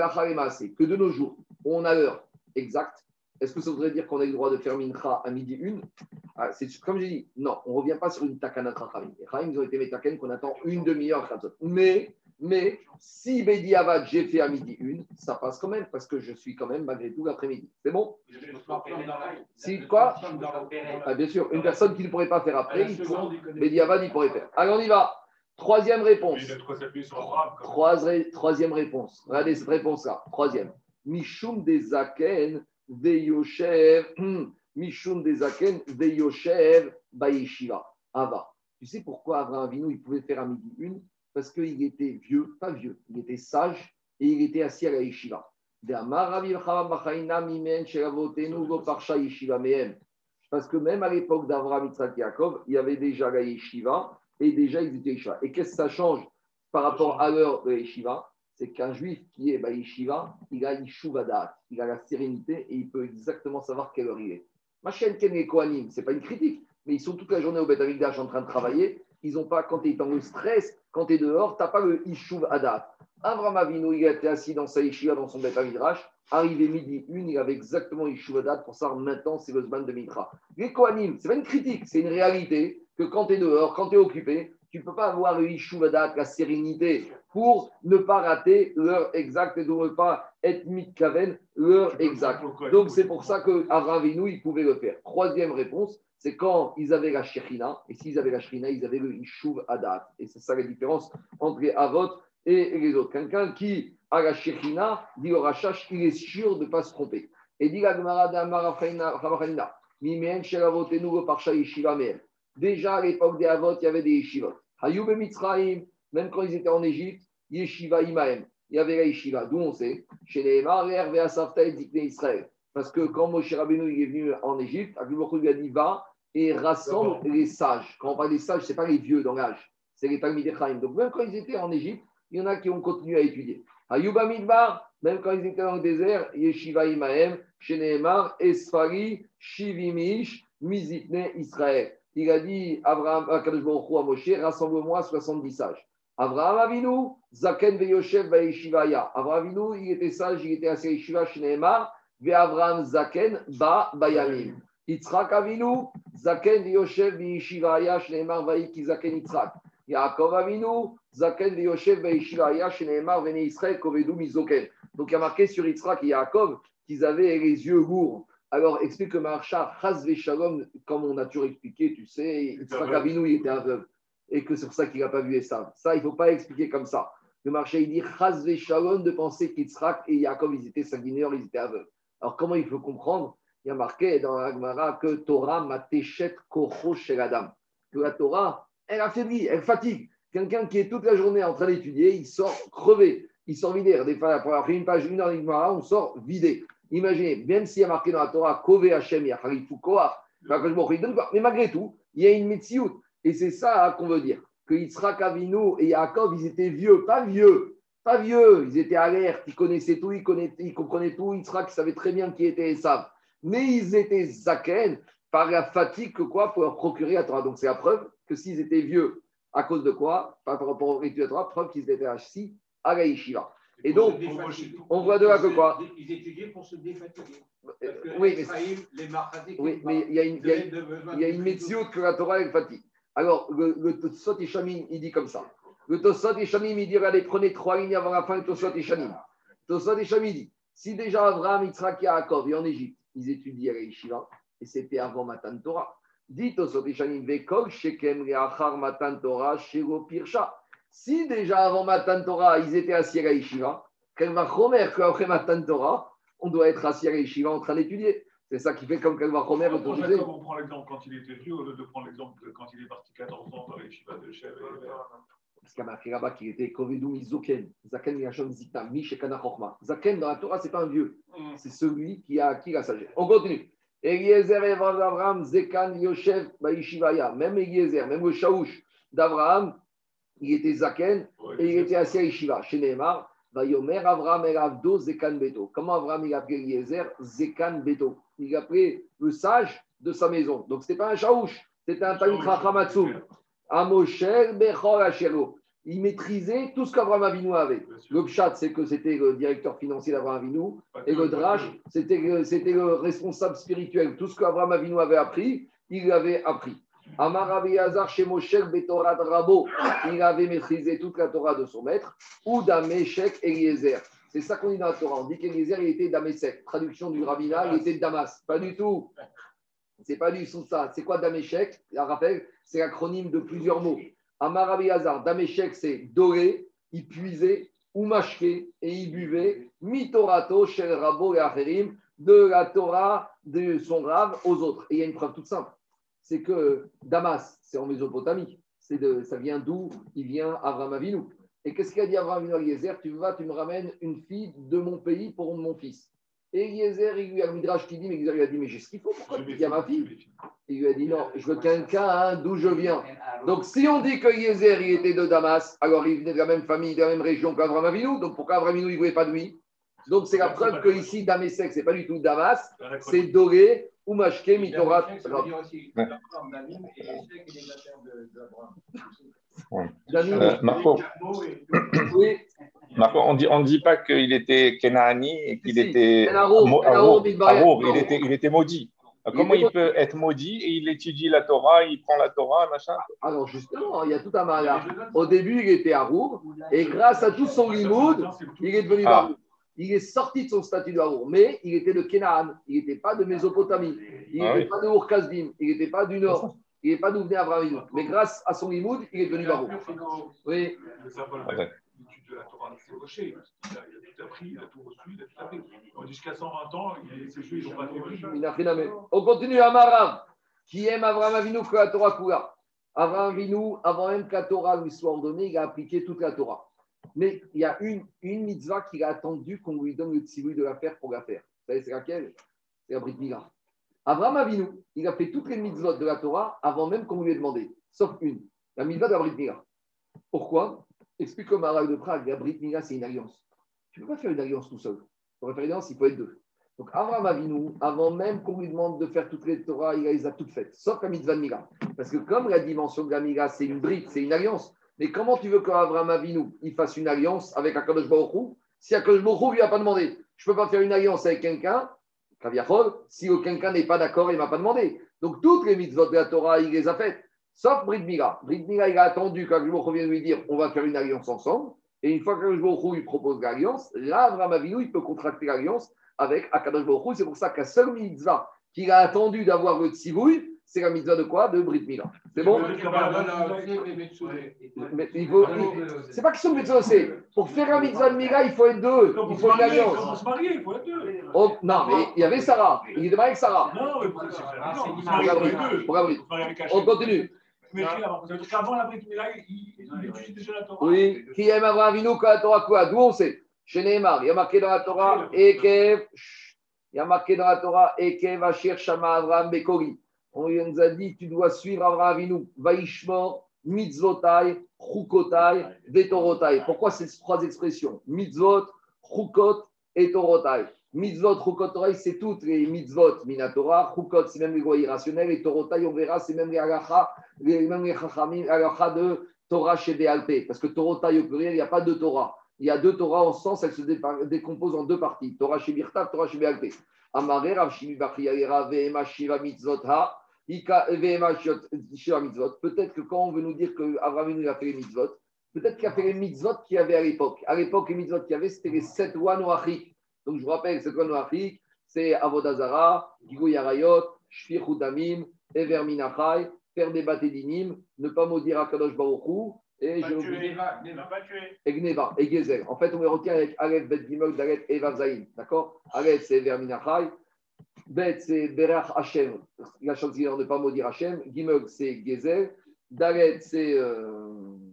c'est que de nos jours, on a l'heure exacte. Est-ce que ça voudrait dire qu'on a le droit de faire mincha à midi une? Ah, c'est comme j'ai dit, non, on ne revient pas sur une takana chachamim. Les chachamim, ils ont été métaken qu'on attend une demi-heure. Mais, mais si Bedi Avad, j'ai fait à midi une, ça passe quand même, parce que je suis quand même malgré tout l'après-midi. C'est bon? Si quoi? Ah, bien sûr, une personne qui ne pourrait pas faire après, Bedi Avad, il pourrait faire. Allez, on y va. Troisième réponse. Troisième, troisième réponse. Regardez cette réponse-là. Troisième. Mishum des Aken, Veyoshev, Mishum des Aken, Veyoshev, Baïshiva. Ava. Tu sais pourquoi Avraham Avinu, il pouvait faire à midi une? Parce qu'il était vieux, pas vieux, il était sage et il était assis à la yeshiva. Parce que même à l'époque d'Avraham, Yitzhak et Yaakov, il y avait déjà la yeshiva et déjà ils étaient yeshiva. Et qu'est-ce que ça change par rapport à l'heure de la yeshiva? C'est qu'un juif qui est yeshiva, il a yeshuvadat, il a la sérénité et il peut exactement savoir quelle heure il est. Ma chaîne Ken et Kohanim, ce n'est pas une critique, mais ils sont toute la journée au Beth Amikdash en train de travailler. Ils n'ont pas, quand tu es dans le stress, quand tu es dehors, tu n'as pas le Ishuv Adat. Avraham Avinu, il était assis dans sa yeshiva, dans son Beth Amikdash. Arrivé midi une, il avait exactement Ishuv Adat pour savoir maintenant c'est le Zman de Mitra. Les Kohanim, ce n'est pas une critique, c'est une réalité que quand tu es dehors, quand tu es occupé, tu ne peux pas avoir le Ishuv Adat, la sérénité, pour ne pas rater l'heure exacte et de ne pas être mitkaven, l'heure exacte. Donc c'est pour ça qu'Avraham Avinu, il pouvait le faire. Troisième réponse. C'est quand ils avaient la Shekhinah, et s'ils avaient la Shekhinah, ils avaient le Ishuv Adat. Et c'est ça la différence entre les Avot et les autres. Quelqu'un qui a la Shekhinah, dit au Rachash, il est sûr de ne pas se tromper. Et dit la Gemara d'Amarachaina, Mimeen Shelavotenu go Parsha Yeshiva Me'el. Déjà à l'époque des Avot, il y avait des Yeshivot. Hayub et Mitzrayim, même quand ils étaient en Égypte, Yeshiva Imaem. il y avait la yeshiva. D'où on sait, chez les Emar, l'R V A Safta et Dikne Israël. Parce que quand Moshe Rabbeinu il est venu en Égypte, Akadosh lui a dit va et rassemble les sages. Quand on parle des sages, ce n'est pas les vieux dans l'âge, c'est les Talmidei Chaim. Donc même quand ils étaient en Égypte, il y en a qui ont continué à étudier. Ayuba Midbar, même quand ils étaient dans le désert, Yeshiva Imahem, Sheneemar, Esfari, Shivimish, Mizitne Israël. Il a dit Abraham, Akadosh Baruch Hu à Moshe, rassemble-moi soixante-dix sages. Abraham Avinu, Zaken Veyoshev Vaishivaya. Abraham Avinu, il était sage, il était assis à Yeshiva, Sheneemar, Ve Abraham Zaken Ba Bayamim. Yitzhak Avinu, Zaken Veyoshev Vaishivaya, Sheneemar Vaiki Zaken Yitzhak. Yaakov Avinu, Zaken Veyoshev Vaishivaya, Sheneemar Vene Israël Kovedu Mizoken. Donc il y a marqué sur Yitzhak et Yaakov qu'ils avaient les yeux lourds. Alors explique que Maharsha, Chaz Veshalom, comme on a toujours expliqué, tu sais, Yitzhak Avinu, il était aveugle. Et que c'est pour ça qu'il n'a pas vu Esav. Ça, il ne faut pas expliquer comme ça. Le marché, il dit Chaz Veshalom de penser qu'Yitzhak et Yaakov, ils étaient sanguinaires, ils étaient aveugles. Alors comment il faut comprendre? Il y a marqué dans la Gemara que Torah matechet kocho shel adam. Que la Torah, elle affaiblit, elle fatigue. Quelqu'un qui est toute la journée en train d'étudier, il sort crevé, il sort vidé. Des fois, après une page, une heure de Gemara, on sort vidé. Imaginez, même s'il y a marqué dans la Torah Kove Hashem Yacharifu Koach, mais malgré tout, il y a une Metsiout. Et c'est ça qu'on veut dire. Que Yitzhak Avinu et Yaakov, ils étaient vieux, pas vieux, pas vieux. Ils étaient alertes, ils connaissaient tout, ils, connaissaient, ils comprenaient tout. Yitzhak savait très bien qui était Esav. Mais ils étaient zaken par la fatigue que quoi pour leur procurer la Torah. Donc c'est la preuve que s'ils étaient vieux, à cause de quoi? Par rapport au rituel de la Torah, preuve qu'ils étaient assis à la yeshiva. Et donc, on voit de là que quoi? Ils étudiaient pour se défatiguer. Oui, mais, oui, mais il y a une, il y a une, il y a une métiout que la Torah elle fatigue. Alors, le, le Tosot et Shamim, il dit comme ça. Le Tosot et Shamim, il dit allez, prenez trois lignes avant la fin de Tosot et Shamim. Tosot et Shamim dit si déjà Abraham, Yitzhak et Yaakov, et en Égypte, ils étudient à la yeshiva, et c'était avant Matan Torah. Dit Tosot et Shamim, Vekol Shekem Leachar Matan Torah Shelo Pirsha. Si déjà avant Matan Torah, ils étaient assis à la yeshiva, quel va chomer qu'après Matan Torah, on doit être assis à la yeshiva en train d'étudier. C'est ça qui fait comme quel va chomer. On prend l'exemple quand il était vieux, au lieu de prendre l'exemple quand il est parti quatorze ans dans la yeshiva de Chev. Parce qu'il y a marqué là-bas qu'il était Kovedu Mizoken, Zaken Yashon Zikna, Mishekana Chochma. Zaken dans la Torah, ce n'est pas un vieux, c'est celui qui a acquis la sagesse. On continue. Eliezer et Abraham, Zekan Yoshev, Baishivaya. Même Eliezer, même le Shaouch d'Abraham, il était Zaken et il était assis à Yeshiva. Chez Nehemar, Vayomer Abraham El Avdo Zekan Beto. Comment Abraham il a appelé Eliezer? Zekan Beto. Il a appelé le sage de sa maison. Donc ce n'était pas un Shaouch, c'était un Talmid Chacham Atzum. Amosher Bechor Ashero. Il maîtrisait tout ce qu'Abraham Avinu avait. Le Pshat, c'est que c'était le directeur financier d'Abraham Avinu. Et le Drash, c'était, c'était le responsable spirituel. Tout ce qu'Abraham Avinu avait appris, il l'avait appris. Amar Rabbi Hazar chez Moshe Betorah Rabo, il avait maîtrisé toute la Torah de son maître. Ou d'Ameshek Eliezer. C'est ça qu'on dit dans la Torah. On dit qu'Eliezer, il était d'Ameshek. Traduction du rabbinat, il était de Damas. Pas du tout. C'est pas du tout ça. C'est quoi Dameshek? Je rappelle, c'est l'acronyme de plusieurs mots. Amar Rabbi Hazar, Dameshek, c'est doré, il puisait, ou mashké, et il buvait, mitorato, shel rabo et acherim, de la Torah de son rave aux autres. Et il y a une preuve toute simple. C'est que Damas, c'est en Mésopotamie. C'est de, ça vient d'où il vient Avraham Avinu. Et qu'est-ce qu'a dit Avraham Avinu à Eliezer? Tu vas, tu me ramènes une fille de mon pays pour mon fils. Et Eliezer, il lui a le Midrash qui dit, mais Eliezer lui a dit, mais j'ai ce qu'il faut, pourquoi tu dis à ma fille? Et il lui a dit, non, je veux quelqu'un hein, d'où je viens. Donc si on dit que Eliezer, il était de Damas, alors il venait de la même famille, de la même région qu'Avraham Avinu, donc pourquoi Avraham Avinu, il ne voulait pas de lui? Donc c'est la preuve que ici, Damesek, ce n'est pas du tout Damas, c'est doré, ou mashké, mitorat. Euh, Marco, oui. Marco, on dit, on dit pas qu'il était Kenaani et qu'il Si, était Arour, Arour, Arour, il était, il était maudit. Comment il, il peut être maudit et il étudie la Torah, il prend la Torah, machin? Alors justement, il y a tout un malheur. Au début, il était Arour et grâce à tout son limoud, il est devenu Arour. Il est sorti de son statut de Harour, mais il était de Canaan, il n'était pas de Mésopotamie, il n'était ah oui. pas de Ur-Kasdim, il n'était pas du Nord, il n'est pas d'où venait Abraham. Mais grâce à son limoud, il est devenu Harour. Oui. L'étude de la Torah, c'est Rocher. Il a tout appris, il a tout reçu, il a tout appris. Jusqu'à cent vingt ans, ses yeux, ils n'ont pas fait. Il n'a rien à mettre. On continue à Marav, qui aime Abraham Avinu que la Torah coula. Abraham Avinu, avant même que la Torah lui soit ordonnée, il a appliqué toute la Torah. Mais il y a une, une mitzvah qu'il a attendu qu'on lui donne le tzivouï de la faire pour la faire. Vous savez, c'est laquelle? C'est la Brit Mila. Abraham Avinu, il a fait toutes les mitzvot de la Torah avant même qu'on lui ait demandé, sauf une, la mitzvah de la Brit Mila. Pourquoi? Explique le Maharal de Prague, la Brit Mila, c'est une alliance. Tu ne peux pas faire une alliance tout seul. Pour faire une alliance, il faut être deux. Donc Abraham Avinu, avant même qu'on lui demande de faire toutes les Torahs, il les a toutes faites, sauf la mitzvah de Mila. Parce que comme la dimension de la Mila, c'est une brite, c'est une alliance, mais comment tu veux qu'Abraham Avinu il fasse une alliance avec Akadosh Baruch Hu si Akadosh Baruch Hu ne lui a pas demandé? Je ne peux pas faire une alliance avec quelqu'un, Kaviachol, si quelqu'un n'est pas d'accord, il ne m'a pas demandé. Donc toutes les mitzvot de la Torah, il les a faites, sauf Brit Mila. Brit Mila, il a attendu qu'Akadosh Baruch Hu vienne lui dire on va faire une alliance ensemble. Et une fois qu'Akadosh Baruch Hu lui propose l'alliance, là, Abraham Avinu, il peut contracter l'alliance avec Akadosh Baruch Hu. C'est pour ça que la seule mitzvah qu'il a attendu d'avoir le tzivouï, c'est la mitzvah de quoi? De Brit Mila. C'est bon? Mais il faut, il, c'est pas question de mitzvah, c'est pour faire la mitzvah de Mila, il faut être deux. Il faut une alliance. Quand on se marie, il faut être deux. Oh, non, mais il y avait Sarah. Il était marié avec Sarah. Non, mais pourquoi c'est ça? Non, on se marie avec deux. Pour Gabriel. On continue. Mais avant la Brit Mila, il étudie déjà la Torah. Oui, qui aime Abraham Avinu quand la Torah quoi? D'où on sait? Chez Nehemar, il y a marqué dans la Torah, Ekev, il y a marqué dans la Torah, Ekev Asher Shama Abraham Bekori. On nous a dit, tu dois suivre Abraham Avinu, Vaishmor, Mitzvotai, Chukotai, Vetorotai. Pourquoi ces trois expressions? Mitzvot, Chukot et Torotai. Mitzvot, Chukot, Torotai, c'est toutes les mitzvot Minatora. Chukot, c'est même les lois irrationnelles. Et Torotai, on verra, c'est même les halakha, les, même les chachamim, halakha de Torah chez Béalpé. Parce que Torotai, au pluriel, il n'y a pas de Torah. Il y a deux Torahs en sens, elles se décomposent en deux parties. Torah chez Birtav, Torah chez Béalpé. Amaré, Rav Shimi Bachiyara, Vehema Shiva Mitzvot Ha, Ika Vehema Shiva Mitzvot. Peut-être que quand on veut nous dire qu'Abraham a fait les mitzvot, peut-être qu'il a fait les mitzvot qu'il y avait à l'époque. À l'époque, les mitzvot qu'il y avait, c'était les sept lois noachiques. Donc je vous rappelle, ces lois noachiques, c'est Avodazara, Gigou Yarayot, Shfir Hudamim, Ever Minachai, faire des batédinim, ne pas maudire Akadosh Baruch Hu. Et je et Gneva, et Gezer. En fait, on les retient avec Aleph, Bet, Gimel, Dalet, Eva, Zayin. D'accord? Aleph, c'est Verminachai. Bet, c'est Berach Hashem. La chance de ne pas maudire Hashem. Gimel, c'est Gezer. Dalet, c'est. Euh,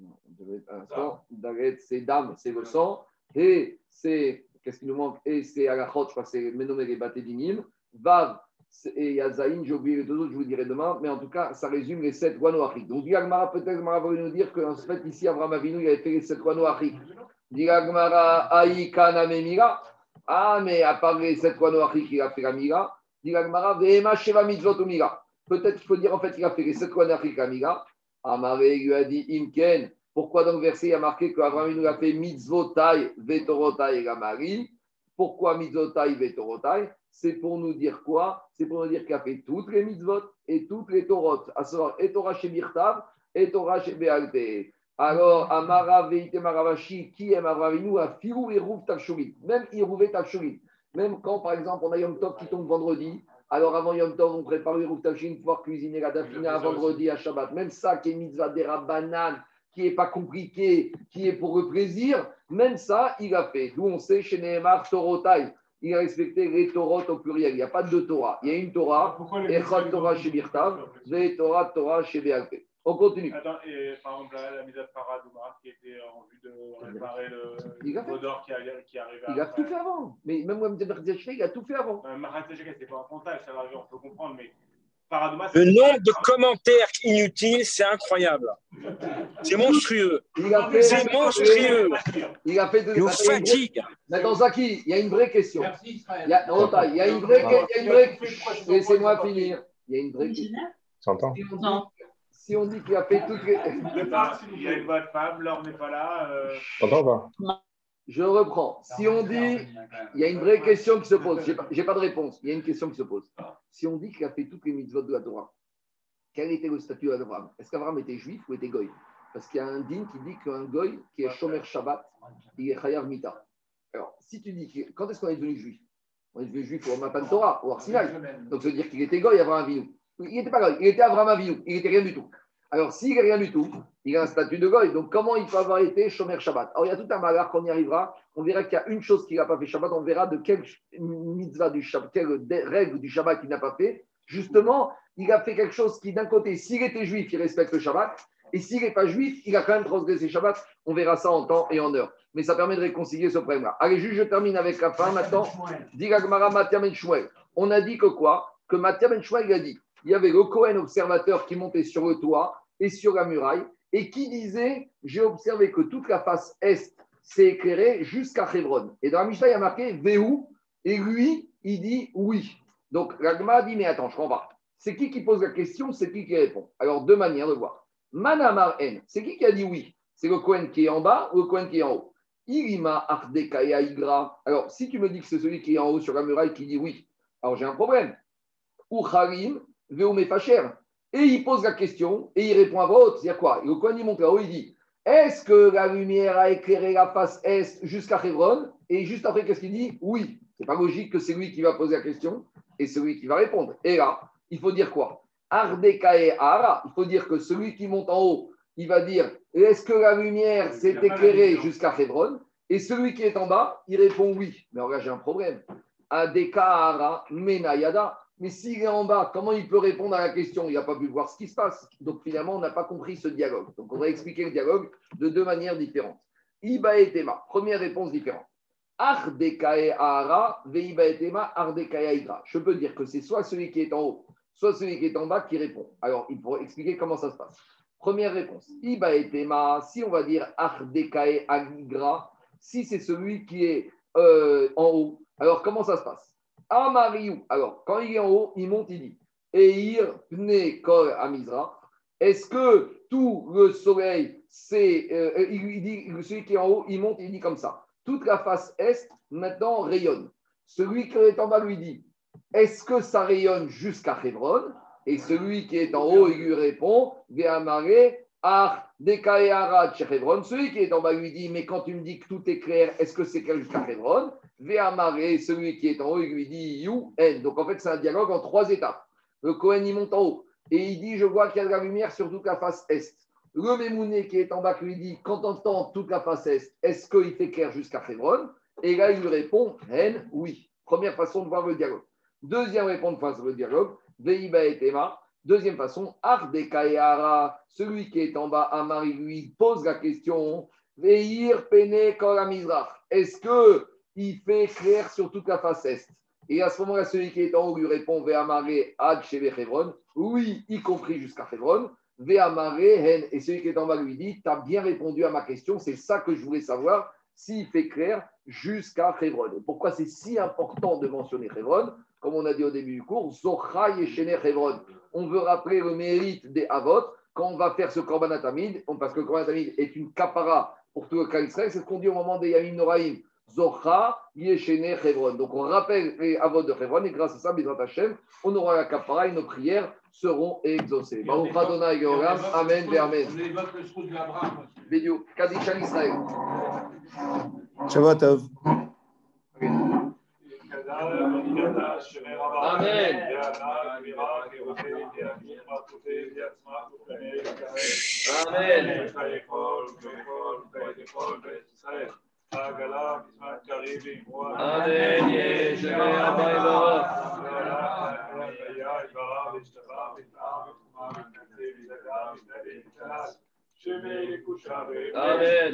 Dalet, c'est Dam, c'est le sang. Et c'est. Qu'est-ce qui nous manque? Et c'est Alachot, je crois que c'est Ménomé les Batédinim. Vav, et Yazaïn, j'ai oublié les deux autres, je vous dirai demain, mais en tout cas, ça résume les sept lois noachiques. Donc, Diagmara, peut-être Gmara va nous dire qu'en fait, ici, Abraham Avinu, il avait fait les sept lois noachiques. Diagmara, Aïkana Memira. Ah, mais à part les sept lois noachiques, il a fait la Mira. Diagmara, Vehema Sheva Mitzvot Mira. Peut-être qu'il faut dire, en fait, il a fait les sept lois noachiques à Mira. Amaré lui a dit, Imken. Pourquoi dans le verset, il y a marqué qu'Abraham Avinu a fait Mitzvotai, Vetorotai et la Marie? Pourquoi Mitzvotai, Vetorotai? C'est pour nous dire quoi? C'est pour nous dire qu'il a fait toutes les mitzvot et toutes les Torot, à savoir et Torah chez Birtav et Torah chez Béalpé. Alors, Amara Veite Maravashi, qui aime Avraham a Firou et Rouv Tavshurit, même Irouvé Tavshurit. Même quand, par exemple, on a Yom Tov qui tombe vendredi, alors avant Yom Tov, on prépare le Rouv Tavshurit pour pouvoir cuisiner la dafina vendredi à Shabbat. Même ça, qui est mitzvah d'Era banane, qui n'est pas compliqué, qui est pour le plaisir, même ça, il a fait. D'où on sait chez Nehemar Torotai. Il a respecté les Torah au pluriel. Il n'y a pas de Torah. Il y a une Torah. Echad Torah chez Birtav, Ve Torah Torah chez Béalpé. On continue. Attends, et par exemple, la, la mise à Paradouma qui était en vue de réparer le Bodor qui, qui arrivait à. Il a tout fait avant. Mais même Mohamed Berdiachvé, il a tout fait avant. Marat Tejeka, c'est pas un frontal, ça on peut comprendre, mais. Paradouma, le nombre de commentaires inutiles, c'est incroyable. C'est monstrueux. C'est monstrueux. Il a fait de. Il nous fatigue. Maintenant, Zaki, il y a une vraie question. Merci Israël. Il y a, non, il y a une vraie question. Laissez-moi finir. Il y a une vraie question. S'entend? Si on dit qu'il a fait toutes les. Il y a une bonne femme, l'or n'est pas là. Euh... T'entends pas? Je reprends. Si on dit, il y a une vraie question qui se pose. Je n'ai pas, pas de réponse. Il y a une question qui se pose. Si on dit qu'il a fait toutes les mitzvot de la Torah, quel était le statut d'Abraham? Est-ce qu'Abraham était juif ou était goy? Parce qu'il y a un din qui dit qu'un goy qui est shomer Shabbat, il est chayav mita. Alors, si tu dis, que, quand est-ce qu'on est devenu juif? On est devenu juif au Matan Torah, au Arsinaï. Donc, ça veut dire qu'il était goy, Abraham Avinu. Il n'était pas goy, il était Abraham Avinu. Il n'était rien du tout. Alors, s'il n'est rien du tout, il a un statut de goy. Donc, comment il peut avoir été shomer Shabbat? Alors, il y a tout un malheur qu'on y arrivera. On verra qu'il y a une chose qu'il n'a pas fait Shabbat. On verra de quelle mitzvah du Shabbat, quelle règle du Shabbat il n'a pas fait. Justement, il a fait quelque chose qui, d'un côté, s'il était juif, il respecte le Shabbat. Et s'il n'est pas juif, il a quand même transgressé Shabbat. On verra ça en temps et en heure. Mais ça permet de réconcilier ce problème-là. Allez, juste, je termine avec la fin maintenant. Dit la Gemara Matia Ben Shmuel. On a dit que quoi? Que Matia Ben Shmuel a dit il y avait le Kohen observateur qui montait sur le toit et sur la muraille et qui disait j'ai observé que toute la face est s'est éclairée jusqu'à Hebron. Et dans la Mishnah, il y a marqué Véhu, et lui, il dit oui. Donc la Gemara dit mais attends, je comprends pas. C'est qui qui pose la question? C'est qui qui répond? Alors, deux manières de voir. Manamar En, c'est qui qui a dit oui? C'est le Kohen qui est en bas ou le Kohen qui est en haut? Irima Ardekaya Igra. Alors, si tu me dis que c'est celui qui est en haut sur la muraille qui dit oui, alors j'ai un problème. Ou Harim, Veome Facher. Et il pose la question et il répond à voix haute. C'est-à-dire quoi? Le Kohen il monte là-haut, il dit est-ce que la lumière a éclairé la face est jusqu'à Hebron? Et juste après, qu'est-ce qu'il dit? Oui. C'est pas logique que c'est lui qui va poser la question et celui qui va répondre. Et là, il faut dire quoi? Ardekae Ara. Il faut dire que celui qui monte en haut, il va dire est-ce que la lumière s'est éclairée jusqu'à Hebron? Et celui qui est en bas, il répond oui. Mais alors là, j'ai un problème. Adeka Ara Menayada. Mais s'il est en bas, comment il peut répondre à la question? Il n'a pas pu voir ce qui se passe. Donc finalement, on n'a pas compris ce dialogue. Donc on va expliquer le dialogue de deux manières différentes. Iba et Tema. Première réponse différente. Ardekae Ara, Veiba et Tema, Ardekae Hydra. Je peux dire que c'est soit celui qui est en haut, soit celui qui est en bas qui répond. Alors, il faut expliquer comment ça se passe. Première réponse. Iba et Tema, si on va dire Ardekae Hydra, si c'est celui qui est euh, en haut, alors comment ça se passe? Amariou, alors quand il est en haut, il monte, il dit Eir Pne Kol Amizra. Est-ce que tout le soleil, c'est. Euh, il dit, celui qui est en haut, il monte, il dit comme ça. Toute la face est, maintenant, rayonne. Celui qui est en bas lui dit est-ce que ça rayonne jusqu'à Hebron? Et celui qui est en haut, il lui répond Ve'amare Ar Dekae Arad chez Hebron. Celui qui est en bas lui dit mais quand tu me dis que tout est clair, est-ce que c'est clair jusqu'à Hebron? Ve'amare, celui qui est en haut, il lui dit You en. Donc en fait, c'est un dialogue en trois étapes. Le Kohen, il monte en haut et il dit je vois qu'il y a de la lumière sur toute la face est. Le Mémouné qui est en bas lui dit quand on entend toute la face est, est-ce qu'il fait clair jusqu'à Hebron? Et là, il lui répond En, oui. Première façon de voir le dialogue. Deuxième réponse face au dialogue, Veiba et Tema. Deuxième façon, Ardekaeara, celui qui est en bas, Amari lui pose la question Veir Pene Kol Amizrach. Est-ce que il fait clair sur toute la face est? Et à ce moment-là, celui qui est en haut lui répond Ve'amare Ad Sheve Hebron. Oui, y compris jusqu'à Hebron. Ve'amare Hen. Et celui qui est en bas lui dit tu as bien répondu à ma question, c'est ça que je voulais savoir, s'il fait clair jusqu'à Hebron. Et pourquoi c'est si important de mentionner Hebron? Comme on a dit au début du cours, Zocha Yeshene Hebron. On veut rappeler le mérite des Avot quand on va faire ce Korban Tamid, parce que le Korban Tamid est une kapara pour tout le cas Israël. C'est ce qu'on dit au moment des Yamim Noraïm. Zocha Yeshene Hebron. Donc on rappelle les Avot de Hebron et grâce à ça, Bezrat Hashem, on aura la kapara et nos prières seront exaucées. Baruch Adonai Georam. Amen et Amen. On évoque le trou de l'Abraham. Bédiou. Kaddish al Israël. Shabbat Tov. Amen. Amen.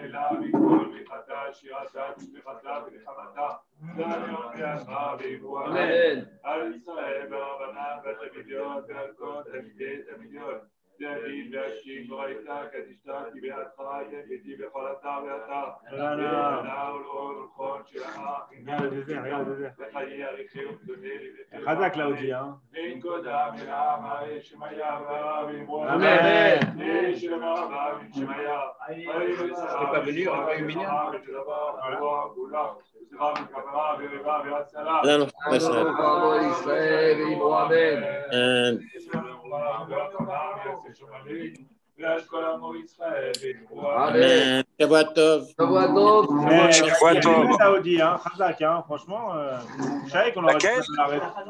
דוד והשיב וראיתה כתשתה כי בידך יביתי בכל אתר ואתר וענה ולאור ולכון שלחה וחיי אריכי וגדולי Razak là aussi, hein. ואין קודם אלא אמר שמיה ואמרו Amen. שמיה שמיה C'est pas venu, on va humilier. Là, non, pas ça. Euh, Amen. Shabbat Tov. Shabbat Tov. Shabbat Tov. Saoudi, hein. Razak, hein. Franchement, euh, je savais qu'on aurait pu la